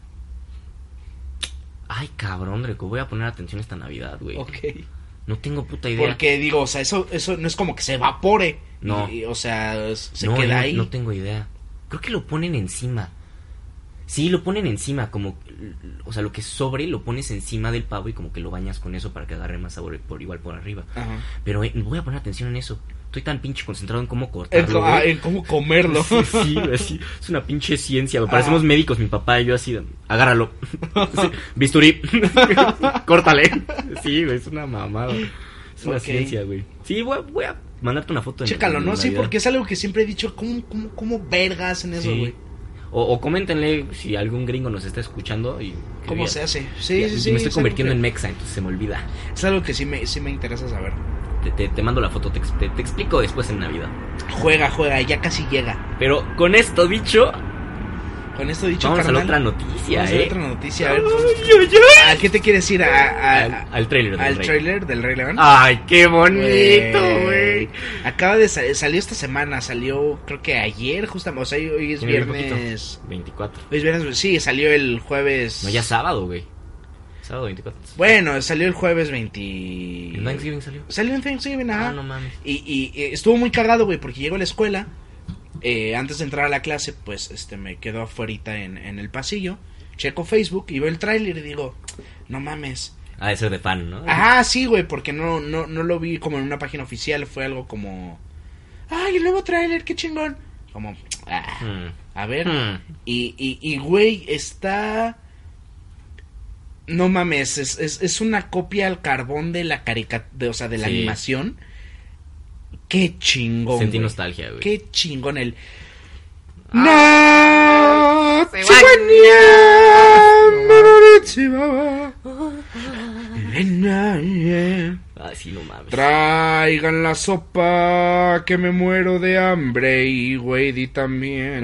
Ay, cabrón, Dreco. Voy a poner atención esta Navidad, güey. Ok. No tengo puta idea. Porque digo, o sea, eso no es como que se evapore. No. O sea, se queda ahí. No tengo idea. Creo que lo ponen encima. Sí, lo ponen encima, como, o sea, lo que sobre lo pones encima del pavo y como que lo bañas con eso para que agarre más sabor igual por arriba. Ajá. Pero voy a poner atención en eso. Estoy tan pinche concentrado en cómo cortarlo. En cómo comerlo. Sí, es una pinche ciencia. Parecemos médicos, mi papá y yo así, agárralo. Sí, bisturí. Córtale. Sí, güey, es una mamada. Es una ciencia, güey. Sí, voy a mandarte una foto. Chécalo, ¿no? Sí, porque es algo que siempre he dicho, ¿cómo vergas en eso, güey? O coméntenle si algún gringo nos está escuchando y ¿cómo se hace? Sí. Me estoy convirtiendo en mexa, entonces se me olvida. Es algo que sí me interesa saber. Te mando la foto, te explico después en Navidad. Juega, ya casi llega. Pero con esto dicho, vamos carnal, a la otra noticia, a ver, ay. ¿A qué te quieres ir? Al trailer al trailer del Rey León. Ay, qué bonito, güey. Acaba de salió esta semana, salió creo que ayer justamente, o sea, hoy es viernes 24. Hoy es viernes, sí, salió el jueves. No, ya sábado, güey. Sábado 24. Bueno, salió el jueves 20... ¿En Thanksgiving salió? Salió en Thanksgiving, ajá. Ah, no mames. Y estuvo muy cagado, güey, porque llego a la escuela. Antes de entrar a la clase, pues, me quedo afuerita en el pasillo. Checo Facebook y veo el tráiler y digo, no mames. Ah, de ser de fan, ¿no? Ajá, sí, güey, porque no lo vi como en una página oficial. Fue algo como, ay, el nuevo tráiler, qué chingón. Como, a ver. Y güey, está... No mames, es una copia al carbón de la caricatura, o sea, de la animación. Qué chingón, Sentí güey. nostalgia, güey. Qué chingón el... Ah, sí, no mames. Traigan la sopa, que me muero de hambre, y Wady también.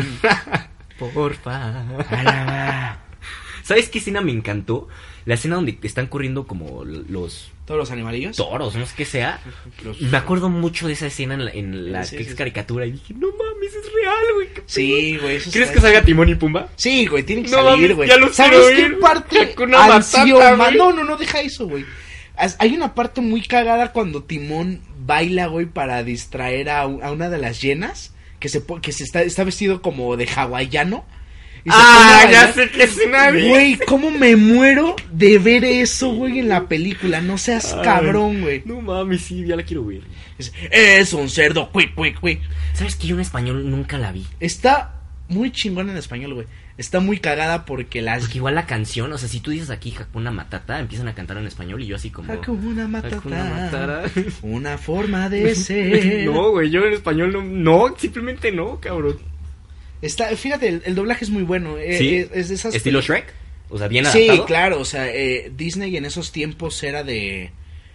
Porfa. ¿Sabes qué escena me encantó? La escena donde están corriendo como los... ¿Todos los animalillos? Toros, no sé qué sea. Me acuerdo mucho de esa escena en la Sí, que sí, es caricatura. Y dije, no mames, es real, güey. Sí, güey. Eso ¿Crees está que salga Timón y Pumba? Sí, güey, tiene que No salir, mames, güey. ya lo ¿Sabes quiero qué ver. parte Hakuna ansió, Matata, man? güey. No, deja eso, güey. Hay una parte muy cagada cuando Timón baila, güey, para distraer a una de las hienas que está vestido como de hawaiano. Y se pone a Ya bailar. sé qué escena, Güey, cómo me muero de ver eso, güey, en la película. No seas cabrón, güey. No mames, sí, ya la quiero ver. Es un cerdo, quick, quick, quick. ¿Sabes que yo en español nunca la vi? Está muy chingón en español, güey. Está muy cagada porque Porque igual la canción, o sea, si tú dices aquí Hakuna Matata, empiezan a cantar en español y yo así como... Hakuna Matata, Hakuna Matata. una forma de ser. No, güey, yo en español no, simplemente no, cabrón. Fíjate, el doblaje es muy bueno. ¿Sí? Es de esas... ¿Estilo Shrek? O sea, bien adaptado. Sí, claro, o sea, Disney en esos tiempos era de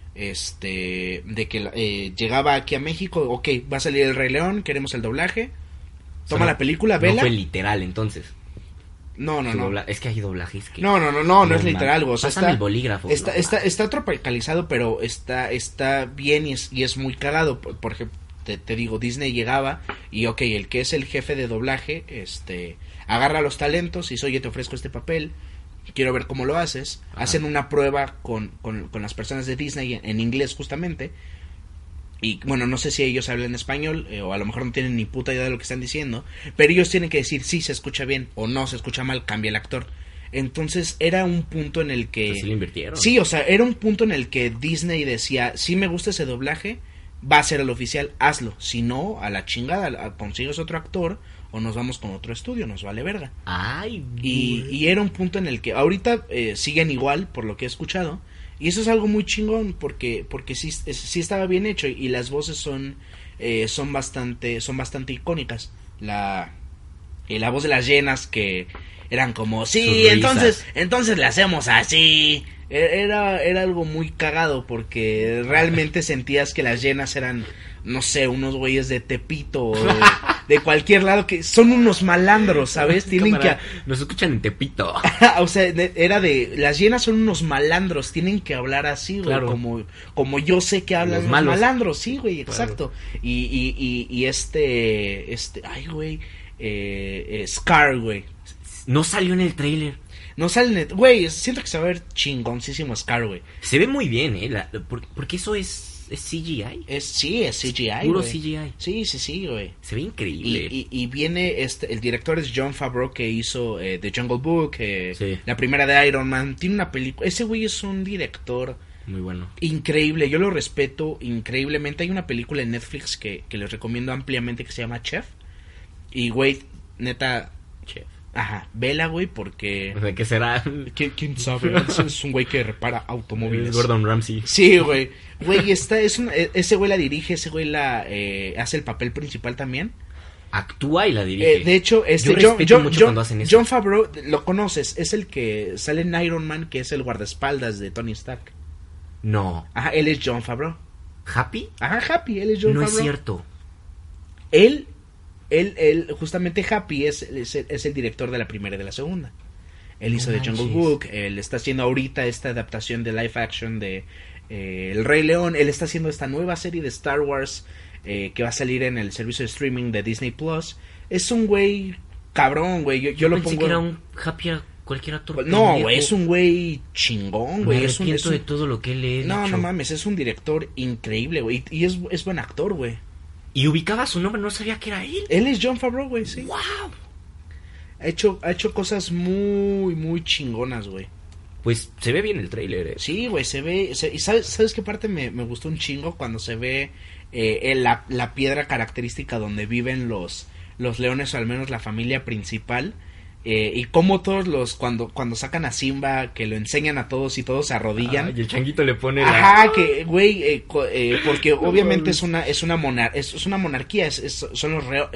que llegaba aquí a México, ok, va a salir el Rey León, queremos el doblaje, toma la película, vela. No fue literal, entonces. No. Es que hay doblajes que... No es literal, güey. O sea, Pásame el bolígrafo. Está tropicalizado, pero está bien y es muy cagado. Por ejemplo, te digo, Disney llegaba y ok, el que es el jefe de doblaje, agarra los talentos y dice, oye, te ofrezco este papel, quiero ver cómo lo haces. Ajá. Hacen una prueba con las personas de Disney en inglés justamente. Y bueno, no sé si ellos hablan español o a lo mejor no tienen ni puta idea de lo que están diciendo, pero ellos tienen que decir si se escucha bien o no se escucha mal, cambia el actor. Entonces era un punto en el que... Pues sí lo invirtieron. Sí, o sea, era un punto en el que Disney decía, si me gusta ese doblaje, va a ser el oficial, hazlo. Si no, a la chingada, consigues otro actor o nos vamos con otro estudio, nos vale verga. Ay, y era un punto en el que ahorita siguen igual, por lo que he escuchado. Y eso es algo muy chingón porque sí estaba bien hecho y las voces son bastante icónicas. La voz de las llenas que eran como sí, entonces le hacemos así. Era algo muy cagado porque realmente sentías que las llenas eran, no sé, unos güeyes de Tepito o de cualquier lado que son unos malandros, ¿sabes? Tienen que... Nos escuchan en Tepito. O sea, era de... Las llenas son unos malandros, tienen que hablar así, güey, claro. Como yo sé que hablan los malandros, sí, güey, exacto. Claro. Y ay, güey, Scar, güey. No salió en el tráiler. No sale, güey, siento que se va a ver chingoncísimo Scar, güey. Se ve muy bien, porque eso es CGI. Sí, es CGI, puro güey. CGI. Sí, güey. Se ve increíble. Y viene el director es Jon Favreau, que hizo The Jungle Book, sí. La primera de Iron Man. Tiene una película. Ese güey es un director muy bueno. Increíble, yo lo respeto increíblemente. Hay una película en Netflix que les recomiendo ampliamente que se llama Chef. Y, güey, neta... Chef. Ajá, vela, güey, porque... ¿De qué será? ¿Quién sabe? Es un güey que repara automóviles. Es Gordon Ramsay. Sí, güey. Güey, ese güey la dirige, ese güey hace el papel principal también. Actúa y la dirige. De hecho, yo respeto mucho cuando hacen eso. Jon Favreau, lo conoces, es el que sale en Iron Man, que es el guardaespaldas de Tony Stark. No. Ajá, él es Jon Favreau. ¿Happy? Ajá, Happy, él es Jon Favreau. No es cierto. Él, justamente Happy es el director de la primera y de la segunda. Él hizo The Jungle Book, él está haciendo ahorita esta adaptación de live action de El Rey León, él está haciendo esta nueva serie de Star Wars que va a salir en el servicio de streaming de Disney Plus. Es un güey cabrón, güey, yo lo pensé pongo... que era un Happy cualquier actor. No, güey, es un güey chingón, güey. Me arrepiento de todo lo que le he dicho. No mames, es un director increíble, güey. Y es buen actor, güey. Y ubicaba su nombre, no sabía que era él. Él es Jon Favreau, güey, sí. ¡Wow! Ha hecho cosas muy, muy chingonas, güey. Pues se ve bien el tráiler, Sí, güey, se ve... ¿Y sabes qué parte me gustó un chingo? Cuando se ve la piedra característica donde viven los leones, o al menos la familia principal. Y como todos cuando sacan a Simba, que lo enseñan a todos y todos se arrodillan. Y el changuito le pone Ajá, que, güey, porque obviamente es una monarquía, son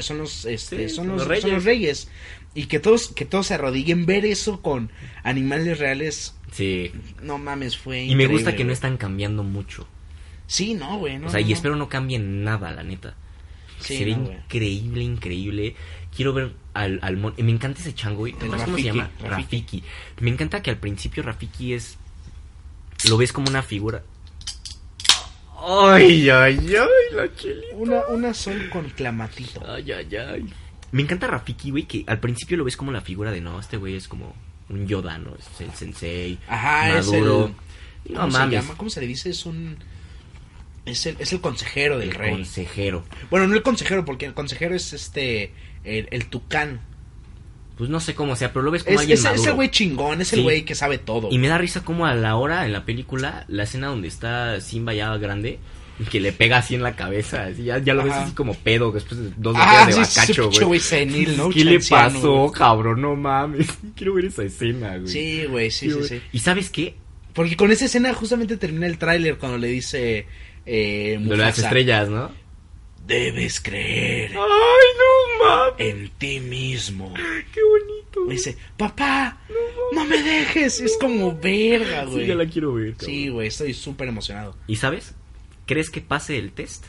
los reyes. Y que todos se arrodillen, ver eso con animales reales. Sí. No mames, fue increíble. Y me gusta que no están cambiando mucho. Sí, no, güey. No, o sea, y espero no cambien nada, la neta. Sí, se ve increíble. Quiero ver al me encanta ese chango, güey. ¿Cómo se llama? Rafiki. Me encanta que al principio Rafiki lo ves como una figura. Ay, la chilita. Una sol con clamatito. Ay. Me encanta Rafiki, güey, que al principio lo ves como la figura de, no, este güey es como un Yoda, ¿no? Es el sensei. Ajá, maduro. No mames. ¿Cómo se le dice? Es el consejero del rey. El consejero. Bueno, no el consejero, porque el consejero es el tucán. Pues no sé cómo sea, pero lo ves como alguien maduro. Es el güey chingón, es el güey que sabe todo. Y me da risa como a la hora en la película, la escena donde está Simba ya grande, que le pega así en la cabeza, así, ya lo ves así como pedo después de 2 días de bacacho, güey. Senil, ¿no? ¿Qué le pasó, cabrón? No mames. Quiero ver esa escena, güey. Sí, güey, sí. ¿Y sabes qué? Porque con esa escena justamente termina el tráiler cuando le dice de las estrellas, ¿no? Debes creer. ¡Ay, no mames! En ti mismo. ¡Qué bonito! Me dice, papá, no me dejes. Es como verga, güey. Sí, ya la quiero ver, cabrón. Sí, güey, estoy súper emocionado. ¿Y sabes? ¿Crees que pase el test?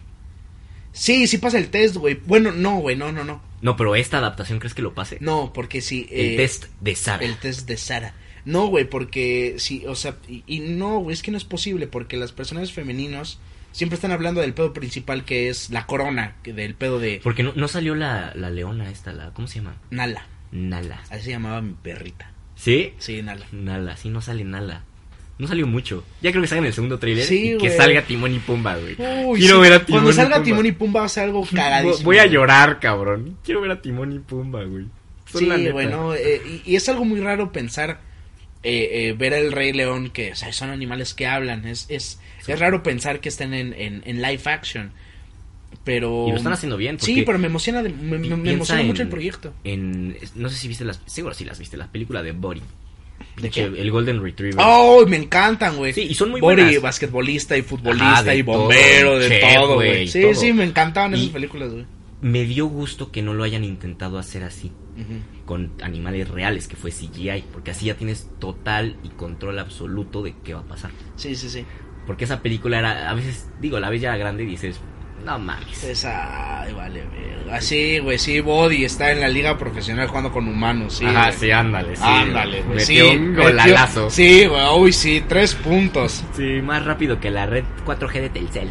Sí pasa el test, güey. Bueno, no, güey, no. No, pero esta adaptación, ¿crees que lo pase? No, porque sí. El test de Sara. El test de Sara. No, güey, porque sí, o sea, y no, güey, es que no es posible, porque las personajes femeninos siempre están hablando del pedo principal, que es la corona, del pedo de... Porque no salió la leona esta, ¿cómo se llama? Nala. Así se llamaba mi perrita. ¿Sí? Sí, Nala. Nala, sí, no sale Nala. No salió mucho. Ya creo que salga en el segundo tráiler y que salga Timón y Pumba, güey. Quiero ver a Timón y Pumba. Cuando salga Timón y Pumba va a ser algo cagadísimo. Voy a llorar, cabrón. Quiero ver a Timón y Pumba, güey. Sí, bueno, y es algo muy raro pensar... ver el Rey León, que o sea, son animales que hablan. Es raro pensar que estén en live action. Pero... Y lo están haciendo bien. Sí, pero me emociona mucho el proyecto. No sé si viste seguro sí las viste, la película de Body. ¿De qué? El Golden Retriever. Oh, me encantan, güey. Sí, y son muy Body, buenas. Basquetbolista y futbolista y bombero, de todo, güey. Sí, todo. Sí, me encantaban esas películas, güey. Me dio gusto que no lo hayan intentado hacer así. Con animales reales, que fue CGI, porque así ya tienes total y control absoluto de qué va a pasar. Sí. Porque esa película era, a veces, digo, la ves ya grande y dices, no mames. Ay, vale, verga. Así, güey, sí, Body está en la liga profesional jugando con humanos, sí. Ajá, sí, ándale, güey. Metió un golalazo. Sí, güey, uy, sí, 3 puntos. Sí, más rápido que la red 4G de Telcel.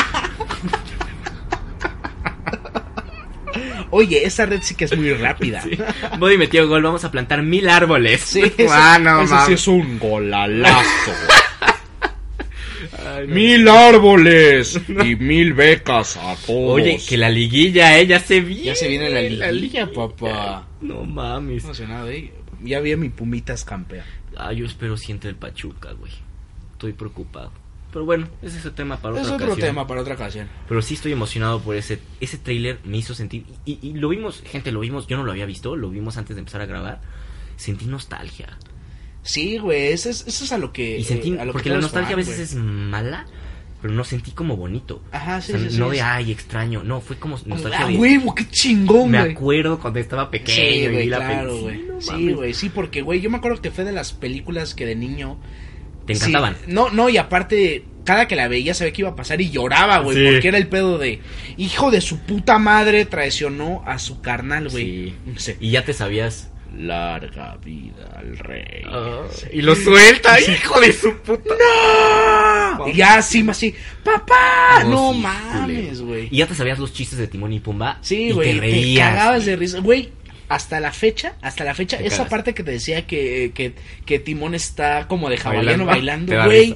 Oye, esa red sí que es muy rápida. Sí. Body metió gol, vamos a plantar 1000 árboles. Sí, eso sí es un golalazo. Ay, no. 1000 árboles y 1000 becas a todos. Oye, que la liguilla, ya se viene. Ya se viene la liguilla, papá. No mames. Emocionado, ya vi a mi Pumitas campeón. Yo espero siente el Pachuca, güey. Estoy preocupado. Pero bueno, ese es otro tema para otra ocasión. Es otro tema para otra ocasión. Pero sí estoy emocionado por ese tráiler, me hizo sentir... Y lo vimos, gente, yo no lo había visto, lo vimos antes de empezar a grabar. Sentí nostalgia. Sí, güey, eso es a lo que... Y sentí, a lo porque que la nostalgia a veces güey. es mala, pero no sentí como bonito. Ajá, sí, o sea, sí. No de, ay, extraño, no, fue como nostalgia de... huevo, qué chingón, me güey. acuerdo cuando estaba pequeño sí, y vi claro, la película. Güey. Sí, güey, sí, porque, güey, yo me acuerdo que fue de las películas que de niño... Te encantaban. Sí, no, y aparte, cada que la veía sabía que iba a pasar y lloraba, güey, sí. Porque era el pedo de, hijo de su puta madre, traicionó a su carnal, güey. Sí. Sí. Y ya te sabías... Larga vida al rey. Sí. Y lo suelta, hijo de su puta. ¡No! Y ya así, papá, no sí, mames, güey. Y ya te sabías los chistes de Timón y Pumba. Sí, y güey, te reías. Te cagabas de risa, güey. hasta la fecha, esa parte que te decía que Timón está como de hawaiano bailando, güey,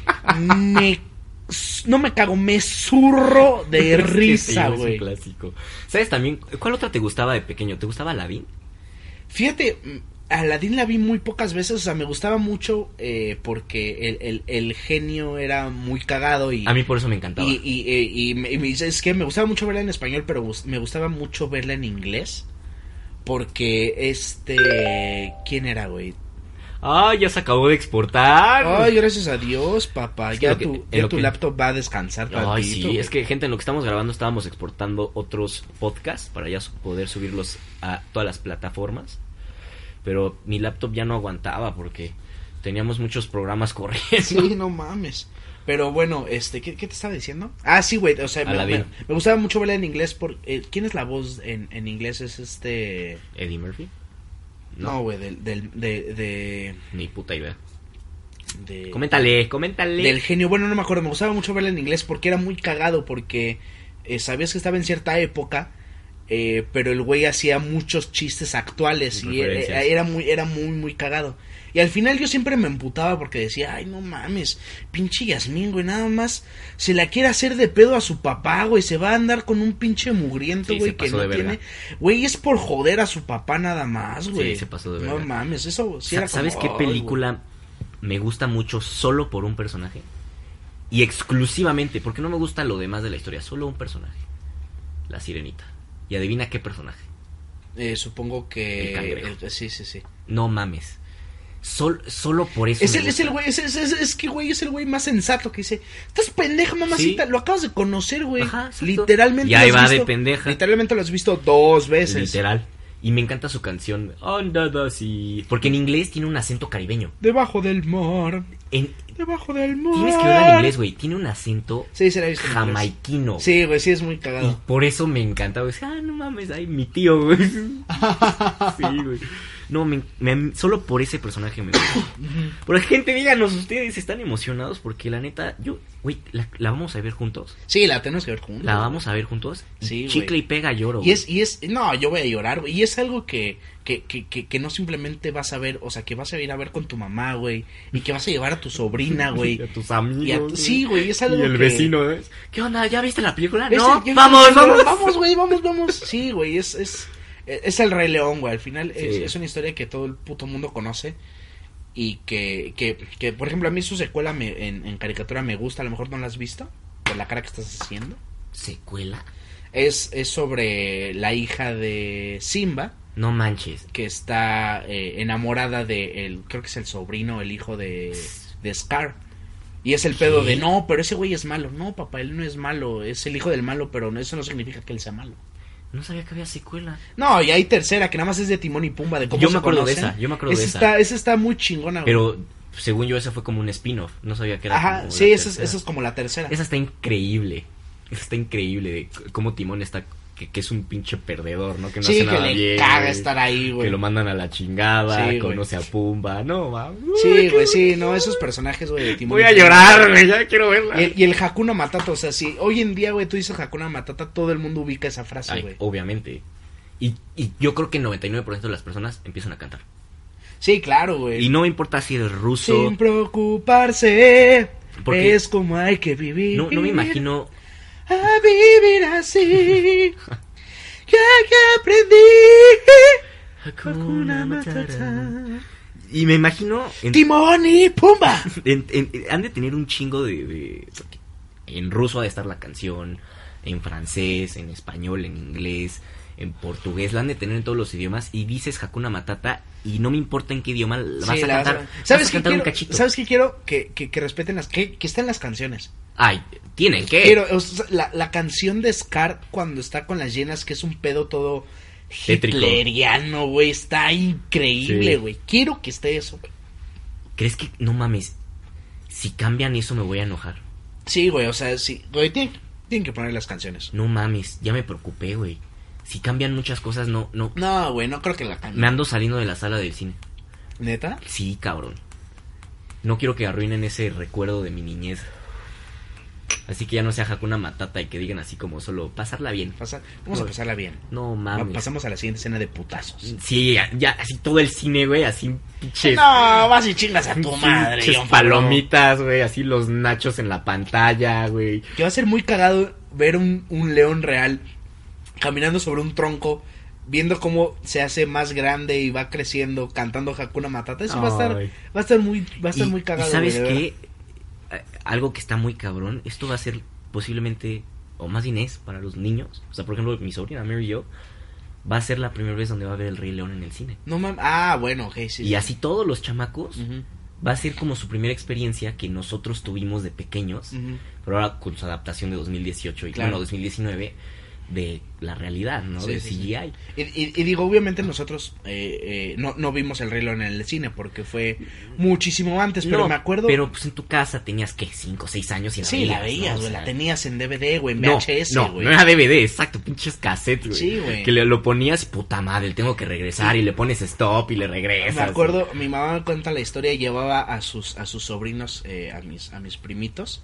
no me cago, me zurro de risa, güey. Es un clásico. ¿Sabes también cuál otra te gustaba de pequeño? ¿Te gustaba Aladdin? Fíjate, Aladdin la vi muy pocas veces, o sea, me gustaba mucho porque el genio era muy cagado y... A mí por eso me encantaba. Y es que me gustaba mucho verla en español, pero me gustaba mucho verla en inglés. Porque ¿quién era, güey? Ah, ya se acabó de exportar. Ay, gracias a Dios, papá. Es ya que tu laptop va a descansar tantito. Ay, sí, güey. es que, gente, en lo que estamos grabando estábamos exportando otros podcasts para ya poder subirlos a todas las plataformas. Pero mi laptop ya no aguantaba porque teníamos muchos programas corriendo. Sí, no mames. Pero bueno, ¿qué te estaba diciendo? Ah, sí, güey, o sea, me gustaba mucho verla en inglés. ¿Quién es la voz en inglés? Es ¿Eddie Murphy? No, güey, de... Ni puta idea. Coméntale. Del genio, bueno, no me acuerdo, me gustaba mucho verla en inglés porque era muy cagado, porque sabías que estaba en cierta época, pero el güey hacía muchos chistes actuales y era muy cagado. Y al final yo siempre me emputaba porque decía, ay, no mames, pinche Yasmín, güey, nada más se la quiere hacer de pedo a su papá, güey, se va a andar con un pinche mugriento, güey, que no tiene... Güey, es por joder a su papá nada más, güey. Sí, se pasó de verga. No mames, eso sí era como... ¿Sabes qué película me gusta mucho solo por un personaje? Y exclusivamente, porque no me gusta lo demás de la historia, solo un personaje. La Sirenita. Y adivina qué personaje. Supongo que... El cangrejo. Sí. No mames. Solo por eso. Es el güey, es que güey es el güey más sensato que dice, estás pendeja, mamacita, ¿sí? Lo acabas de conocer, güey. Ajá, literalmente. Y ahí va de pendeja. Literalmente lo has visto 2 veces. Literal. Y me encanta su canción. Porque en inglés tiene un acento caribeño. Debajo del mar. Debajo del mar. Tienes que verla en inglés, güey. Tiene un acento jamaiquino. Sí, güey, sí es muy cagado. Y por eso me encanta, güey. No mames, ay, mi tío, güey. Sí, güey. No, solo por ese personaje me gusta. Porque, gente, díganos, ustedes están emocionados porque la neta, güey, ¿la vamos a ver juntos? Sí, la tenemos que ver juntos. ¿La vamos a ver juntos? Sí, Chicle y pega, lloro. No, yo voy a llorar, güey. Y es algo que no simplemente vas a ver, o sea, que vas a ir a ver con tu mamá, güey. Y que vas a llevar a tu sobrina, güey. Y a tus amigos. Sí, güey, es algo y el vecino, ¿eh? ¿Qué onda? ¿Ya viste la película? No, vamos, güey, vamos. Sí, güey, es el Rey León, güey. Al final sí. es una historia que todo el puto mundo conoce. Y que por ejemplo, a mí su secuela en caricatura me gusta. A lo mejor no la has visto por la cara que estás haciendo. ¿Secuela? Es sobre la hija de Simba. No manches. Que está enamorada de creo que es el sobrino, el hijo de Scar. Y es el pedo de, no, pero ese güey es malo. No, papá, él no es malo. Es el hijo del malo, pero eso no significa que él sea malo. No sabía que había secuela. No, y hay tercera, que nada más es de Timón y Pumba, de cómo yo me acuerdo de esa. Esa está muy chingona, güey. Pero, según yo, esa fue como un spin-off. No sabía que era. Ajá, sí, esa es como la tercera. Esa está increíble. De cómo Timón está... Que es un pinche perdedor, ¿no? Que no hace nada bien. Sí, que le caga estar ahí, güey. Que lo mandan a la chingada, conoce a Pumba. No, va. Sí, güey, sí, no, esos personajes, güey, de Timón. Voy a llorar, güey, ya quiero verla. Y el Hakuna Matata, o sea, sí, hoy en día, güey, tú dices Hakuna Matata, todo el mundo ubica esa frase, güey. Obviamente. Y yo creo que el 99% de las personas empiezan a cantar. Sí, claro, güey. Y no me importa si eres ruso. Sin preocuparse, porque es como hay que vivir. No me imagino... A vivir así, que aprendí Hakuna Matata. Y me imagino... Timón y Pumba. Han de tener un chingo de... En ruso ha de estar la canción, en francés, en español, en inglés, en portugués, la han de tener en todos los idiomas. Y dices Hakuna Matata y no me importa en qué idioma la vas a cantar. ¿Sabes qué quiero? ¿Sabes qué quiero? Que respeten que estén las canciones. Ay, tienen que. Quiero, o sea, la canción de Scar cuando está con las llenas, que es un pedo todo hitleriano, güey, está increíble, güey. Sí. Quiero que esté eso, güey. ¿Crees que, no mames, si cambian eso me voy a enojar? Sí, güey, o sea, sí, güey, tienen que poner las canciones. No mames, ya me preocupé, güey. Si cambian muchas cosas, no. No, güey, no creo que la cambien. Me ando saliendo de la sala del cine. ¿Neta? Sí, cabrón. No quiero que arruinen ese recuerdo de mi niñez. Así que ya no sea Hakuna Matata y que digan así como solo pasarla bien. Vamos a pasarla bien. No mames. Pasamos a la siguiente escena de putazos. Sí, ya así todo el cine, güey, así pinches. No, vas y chingas a tu madre. Pinches palomitas, güey, así los nachos en la pantalla, güey. Que va a ser muy cagado ver un león real caminando sobre un tronco, viendo cómo se hace más grande y va creciendo, cantando Hakuna Matata. Eso va a estar muy cagado. ¿Y sabes güey, qué? Algo que está muy cabrón, esto va a ser posiblemente, o más bien es, para los niños. O sea, por ejemplo, mi sobrina Mary y yo, va a ser la primera vez donde va a ver el Rey León en el cine. No mames. Bueno, ok, sí. Y así todos los chamacos, va a ser como su primera experiencia que nosotros tuvimos de pequeños, pero ahora con su adaptación de 2018 y claro. 2019, de la realidad, ¿no? Sí, de sí, CGI. Sí. Y digo, obviamente nosotros no vimos el Rey León en el cine porque fue muchísimo antes, pero me acuerdo... Pero pues en tu casa tenías, ¿qué? 5 o 6 años y la veías, güey, ¿no? la tenías en DVD, güey, en VHS, güey. No era DVD, exacto, pinches cassettes, güey. Sí, güey. Que lo ponías, puta madre, tengo que regresar, y le pones stop y le regresas. Me acuerdo, mi mamá me cuenta la historia, llevaba a sus sobrinos, a mis primitos,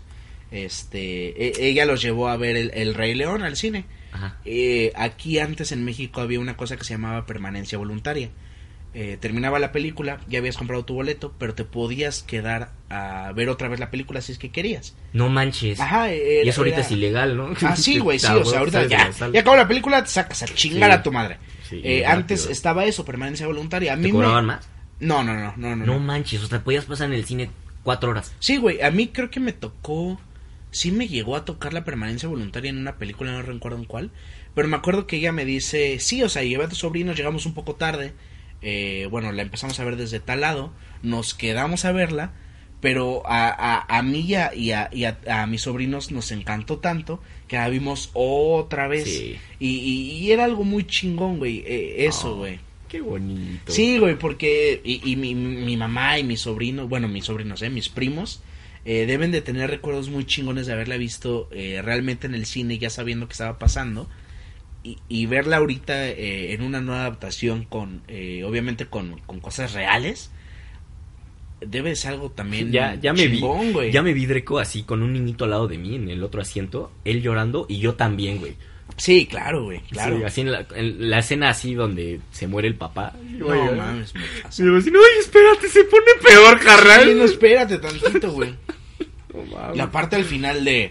ella los llevó a ver el Rey León al cine. Ajá. Aquí antes en México había una cosa que se llamaba permanencia voluntaria. Terminaba la película, ya habías comprado tu boleto, pero te podías quedar a ver otra vez la película si es que querías. No manches. Ajá. Y eso ahorita es ilegal, ¿no? Sí, güey, sí, o sea, ahorita ya acabó la película, te sacas a chingar a tu madre. Sí, antes estaba eso, permanencia voluntaria. A mí ¿te cobraban más? No. No manches, o sea, podías pasar en el cine 4 horas. Sí, güey, a mí creo que me tocó... Sí me llegó a tocar la permanencia voluntaria en una película, no recuerdo en cuál. Pero me acuerdo que ella me dice, sí, o sea, llevé a tus sobrinos, llegamos un poco tarde. Bueno, la empezamos a ver desde tal lado, nos quedamos a verla. Pero a mí y a mis sobrinos nos encantó tanto que la vimos otra vez. Sí. Y era algo muy chingón, güey, eso, güey. Qué bonito. Sí, güey, porque mi mamá y mis sobrinos, bueno, mis sobrinos, mis primos... deben de tener recuerdos muy chingones de haberla visto realmente en el cine, ya sabiendo que estaba pasando, y verla ahorita en una nueva adaptación con obviamente con cosas reales, debe de ser algo también ya chingón, güey. Ya me vi, Dreco, así con un niñito al lado de mí en el otro asiento, él llorando y yo también, güey. Sí, claro, güey, claro. Sí, así en la escena así donde se muere el papá. No mames, me pasa. Y digo así, no, espérate, se pone peor, carnal. Sí, no, espérate tantito, güey. No mames. La parte al final de...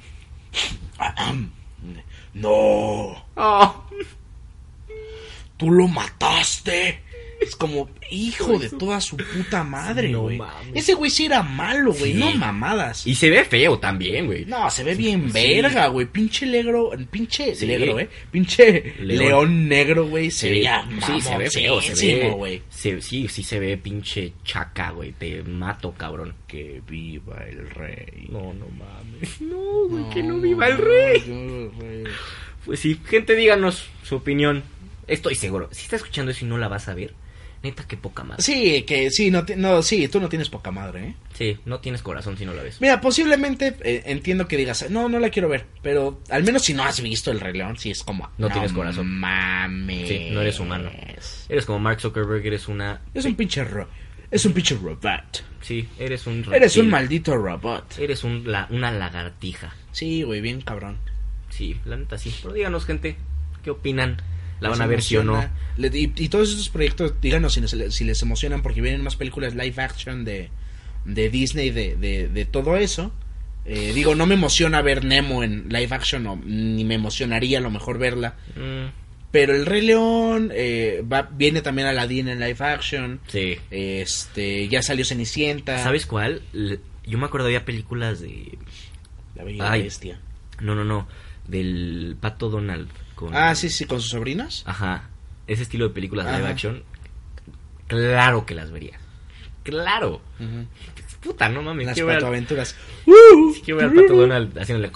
No. Oh. Tú lo mataste. Es como, hijo de toda su puta madre, No güey. mames. Ese güey sí era malo, güey, Sí. no mamadas. Y se ve feo también, güey. No, se ve bien Sí. verga, güey. Pinche negro, Sí. negro, Pinche León. león negro, güey. Se Sí, veía sí, se ve feo, güey. Sí se ve pinche chaca, güey. Te mato, cabrón. Que viva el rey. No mames. No, güey, que no viva el rey. Pues sí, gente, díganos su opinión. Estoy seguro. Si estás escuchando eso y no la vas a ver, neta, qué poca madre. Sí, que sí, sí, tú no tienes poca madre, Sí, no tienes corazón si no la ves. Mira, posiblemente entiendo que digas, no la quiero ver, pero al menos si no has visto El Rey León, sí es como... No tienes corazón. Mames. Sí, no eres humano. Eres como Mark Zuckerberg, eres una... Es un pinche robot. Sí, eres un... Eres un maldito robot. Eres una lagartija. Sí, güey, bien cabrón. Sí, la neta sí. Pero díganos, gente, ¿qué opinan? ¿La van ¿Les a ver sí o no? Y todos estos proyectos, díganos si les emocionan, porque vienen más películas live action de Disney, de todo eso. Digo, no me emociona ver Nemo en live action, ni me emocionaría a lo mejor verla. Pero El Rey León, viene también Aladdin en live action. Sí. Ya salió Cenicienta. ¿Sabes cuál? Yo me acuerdo, había películas de... La Bella y la Bestia. No. Del Pato Donald. Sí, con sus sobrinas. Ajá. Ese estilo de películas Ajá. live action. Claro que las vería. Claro. Uh-huh. Puta, no mames. Las quiero ver patoaventuras. quiero ver al Pato Donald haciéndole...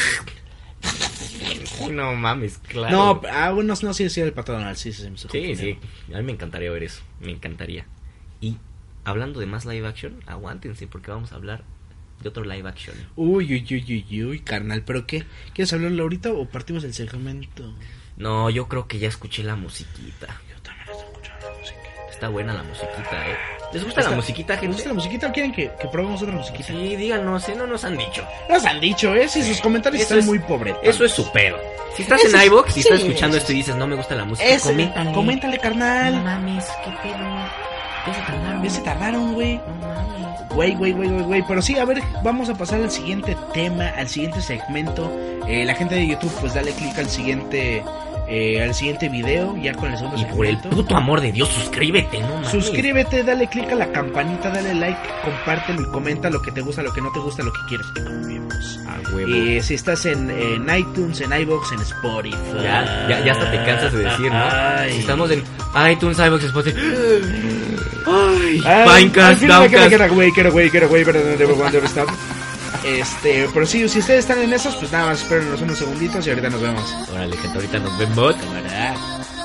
No mames, claro. No, bueno, no, sí, el Pato Donald. Sí. Sí. A mí me encantaría ver eso. Me encantaría. Y hablando de más live action, aguántense porque vamos a hablar de otro live action. Uy, carnal, ¿pero qué? ¿Quieres hablarlo ahorita o partimos el segmento? No, yo creo que ya escuché la musiquita. Yo también estoy escuchando la musiquita. Está buena la musiquita, ¿Les gusta la musiquita, gente? ¿Les gusta la musiquita o quieren que probemos otra musiquita? Sí, díganos, no nos han dicho. Nos han dicho, si sus comentarios están muy pobres. Eso es su pedo. Si estás en iVoox y estás escuchando esto y dices, no me gusta la música, coméntale, carnal. No mames, qué pedo. Ya se tardaron, güey. No mames. Güey. Pero sí, a ver, vamos a pasar al siguiente tema, al siguiente segmento. La gente de YouTube, pues dale click al siguiente video, ya con el segundo segmento. Por el puto amor de Dios, suscríbete, no mames. Suscríbete, dale click a la campanita, dale like, compártelo y comenta lo que te gusta, lo que no te gusta, lo que quieres que cambiemos. A huevo. Si estás en iTunes, en iVoox, en Spotify. Ya hasta te cansas de decir, ¿no? Ay. Si estamos en iTunes, iVoox, Spotify. Ay, Pinecast, Downcast. Pero sí, si ustedes están en esos, pues nada más espérenos unos segunditos y ahorita nos vemos. Órale, gente, ahorita nos vemos. Cámara.